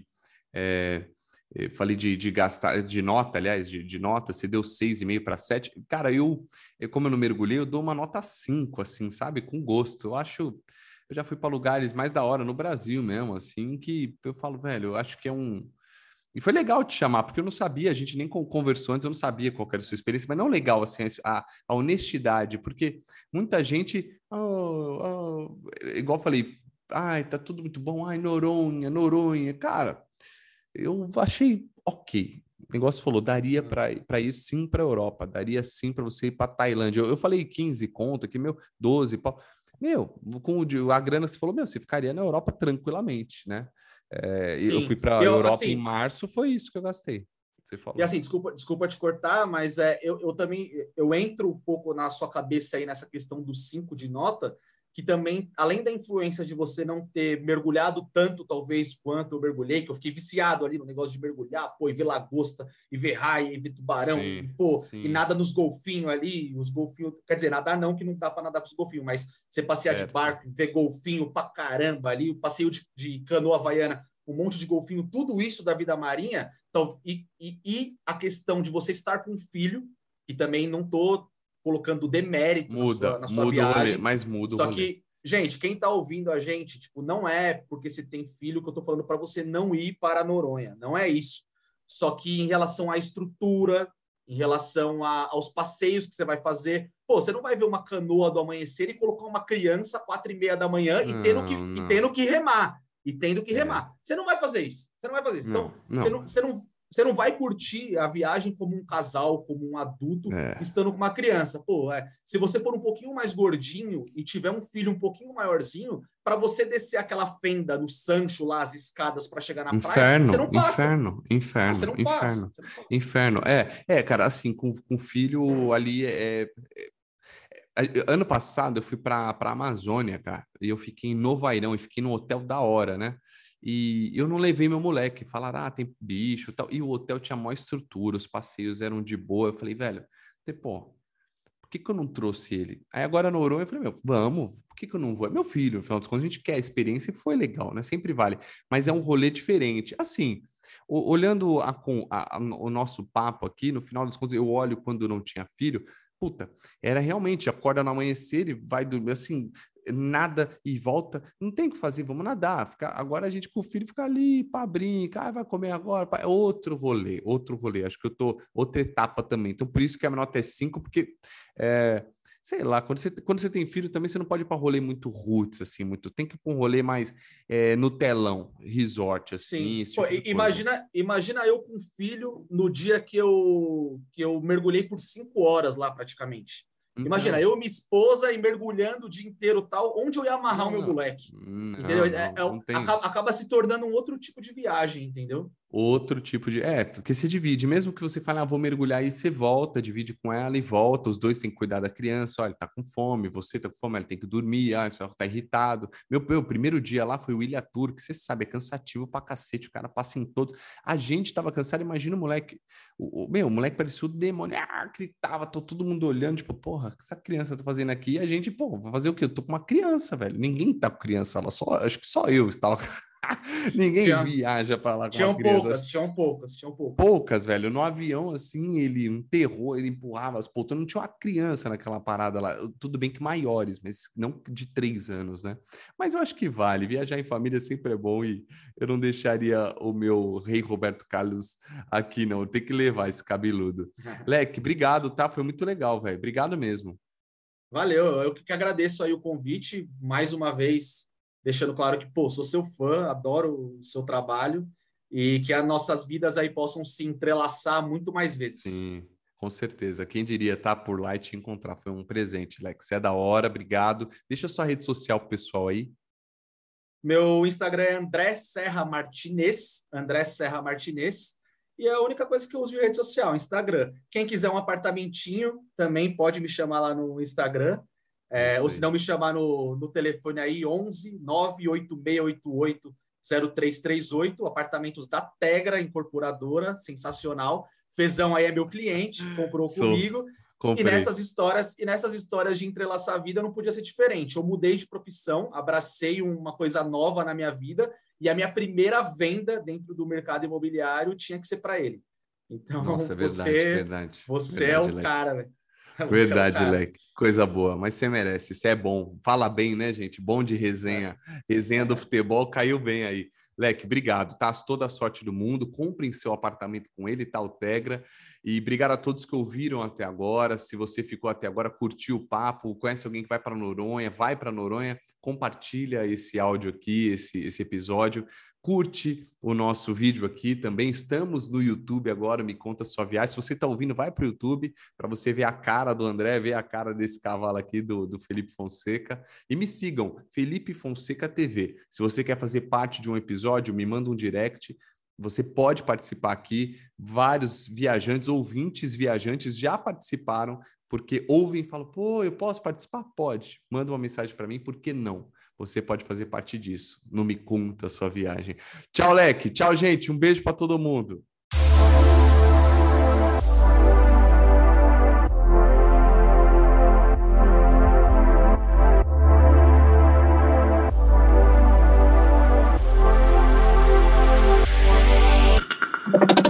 É, eu falei de, de gastar, de nota, aliás, de, de nota, você deu seis e meio para sete. Cara, eu, eu, como eu não mergulhei, eu dou uma nota cinco, assim, sabe? Com gosto. Eu acho. Eu já fui para lugares mais da hora no Brasil mesmo, assim, que eu falo, velho, eu acho que é um. E foi legal te chamar, porque eu não sabia, a gente nem con- conversou antes, eu não sabia qual que era a sua experiência, mas não legal, assim, a, a honestidade, porque muita gente, oh, oh, igual eu falei, ai, tá tudo muito bom, ai, Noronha, Noronha, cara, eu achei ok. O negócio falou, daria Uhum. para ir sim para a Europa, daria sim para você ir para Tailândia. Eu, eu falei quinze conto aqui, meu, doze pau. Meu, com o, a grana você falou, meu, você ficaria na Europa tranquilamente, né? É, eu fui Sim. para a Eu, Europa em assim, março, foi isso que eu gastei. Você e falou. assim, desculpa, desculpa te cortar, mas é, eu, eu também eu entro um pouco na sua cabeça aí nessa questão do cinco de nota, que também, além da influência de você não ter mergulhado tanto, talvez, quanto eu mergulhei, que eu fiquei viciado ali no negócio de mergulhar, pô, e ver lagosta, e ver raia, e ver tubarão, e, Sim, pô, e sim, nada nos golfinhos ali, os golfinhos, quer dizer, nadar não, que não dá para nadar com os golfinhos, mas você passear de certo. barco, ver golfinho pra caramba ali, o passeio de, de canoa havaiana, um monte de golfinho, tudo isso da vida marinha. Então, e, e, e a questão de você estar com um filho, que também não estou colocando demérito na sua, Muda, na sua muda o rolê, viagem, mas muda o só rolê. que, gente, quem está ouvindo a gente, tipo, não é porque você tem filho que eu estou falando para você não ir para Noronha, não é isso. Só que em relação à estrutura, em relação a, aos passeios que você vai fazer, pô, você não vai ver uma canoa do amanhecer e colocar uma criança quatro e meia da manhã e tendo Não, que, e não. tendo que remar e tendo que É, remar. Você não vai fazer isso. Você não vai fazer isso. não, Então, você não. não, você não, você não vai curtir a viagem como um casal, como um adulto, É. estando com uma criança. Pô, é, se você for um pouquinho mais gordinho e tiver um filho um pouquinho maiorzinho, para você descer aquela fenda no Sancho lá, as escadas para chegar na praia, você Inferno, não passa. inferno, Não, inferno, você não passa. inferno, Você não passa. inferno. É, é, cara, assim, com, com filho ali é, é- ano passado eu fui para para Amazônia, cara, e eu fiquei em Novo Airão e fiquei num hotel da hora, né? E eu não levei meu moleque, falaram, ah, tem bicho e tal. E o hotel tinha maior estrutura, os passeios eram de boa. Eu falei, velho, pô, por que que eu não trouxe ele? Aí agora no Noronha eu falei, meu, vamos, por que que eu não vou? É meu filho, no final das contas, a gente quer a experiência e foi legal, né? Sempre vale. Mas é um rolê diferente. Assim, o- olhando a, com- a- a- o nosso papo aqui, no final das contas, eu olho quando não tinha filho, puta, era realmente, acorda no amanhecer e vai dormir, assim, nada e volta, não tem o que fazer, vamos nadar. Fica, agora a gente com o filho fica ali, pá, brinca, ah, vai comer agora, pá. É outro rolê, outro rolê. Acho que eu tô, outra etapa também. Então, por isso que a minha nota é cinco, porque é, sei lá, quando você, quando você tem filho também você não pode ir para rolê muito roots, assim, muito. Tem que ir para um rolê mais é, no telão, resort, assim, Sim. esse Pô, tipo de i- coisa. imagina, imagina eu com filho no dia que eu, que eu mergulhei por cinco horas lá praticamente. Imagina, Então, eu, minha esposa e mergulhando o dia inteiro tal, onde eu ia amarrar o não, meu não, moleque? Entendeu? não, É- não, é- não tem. acaba, acaba se tornando um outro tipo de viagem, entendeu? Outro tipo de. É, porque você divide, mesmo que você fale, ah, vou mergulhar aí, você volta, divide com ela e volta. Os dois têm que cuidar da criança. Olha, ele tá com fome, você tá com fome, ele tem que dormir, ah, isso tá irritado. Meu, meu primeiro dia lá foi o Ilha Tour, que você sabe, é cansativo pra cacete, o cara passa em todos. A gente tava cansado, imagina o moleque. O, o- meu, o moleque parecia o demônio, ah, gritava, tô todo mundo olhando, tipo, porra, o que essa criança tá fazendo aqui? E a gente, pô, vou fazer o quê? Eu tô com uma criança, velho. Ninguém tá com criança lá, só, acho que só eu estava. Ninguém Tinha, viaja pra lá com uma tinham criança. poucas, tinham poucas, tinham poucas. Poucas, velho. No avião, assim, ele, um terror, ele empurrava as poltronas. Não tinha uma criança naquela parada lá. Tudo bem que maiores, mas não de três anos, né? Mas eu acho que vale. Viajar em família sempre é bom e eu não deixaria o meu rei Roberto Carlos aqui, não. Tem que levar esse cabeludo. Leque, obrigado, tá? Foi muito legal, velho. Obrigado mesmo. Valeu, eu que agradeço aí o convite, mais uma vez, deixando claro que, pô, sou seu fã, adoro o seu trabalho e que as nossas vidas aí possam se entrelaçar muito mais vezes. Sim, com certeza. Quem diria estar por lá e te encontrar? Foi um presente, Lex. Você é da hora, obrigado. Deixa sua rede social pro pessoal aí. Meu Instagram é André Serra Martinez, André Serra Martinez, e é a única coisa que eu uso de rede social, Instagram. Quem quiser um apartamentinho, também pode me chamar lá no Instagram, É é, isso ou se não aí. me chamar no, no telefone aí, onze nove oito seis oito oito zero três três oito, apartamentos da Tegra, incorporadora, sensacional. Fezão aí é meu cliente, comprou Sou. comigo. E Comprei. nessas histórias, e nessas histórias de entrelaçar a vida não podia ser diferente. Eu mudei de profissão, abracei uma coisa nova na minha vida e a minha primeira venda dentro do mercado imobiliário tinha que ser para ele. Então, Nossa, é verdade, você, verdade. você é Verdade, o Leque. cara, velho. Você é o Verdade, cara. Leque. Coisa boa, mas você merece. Isso é bom. Fala bem, né, gente? Bom de resenha. Resenha do futebol caiu bem aí. Leque, obrigado, tá? Toda a sorte do mundo. Comprem seu apartamento com ele, tá? O Tegra. E obrigado a todos que ouviram até agora. Se você ficou até agora, curtiu o papo, conhece alguém que vai para Noronha, vai para Noronha, compartilha esse áudio aqui, esse, esse episódio. Curte o nosso vídeo aqui também. Estamos no YouTube agora, Me Conta Sua Viagem. Se você está ouvindo, vai para o YouTube para você ver a cara do André, ver a cara desse cavalo aqui do, do Felipe Fonseca. E me sigam, Felipe Fonseca T V. Se você quer fazer parte de um episódio, me manda um direct. Você pode participar aqui. Vários viajantes, ouvintes viajantes já participaram, porque ouvem e falam, pô, eu posso participar? Pode. Manda uma mensagem para mim, por que não? Você pode fazer parte disso. Não Me Conta a Sua Viagem. Tchau, Leque. Tchau, gente. Um beijo para todo mundo.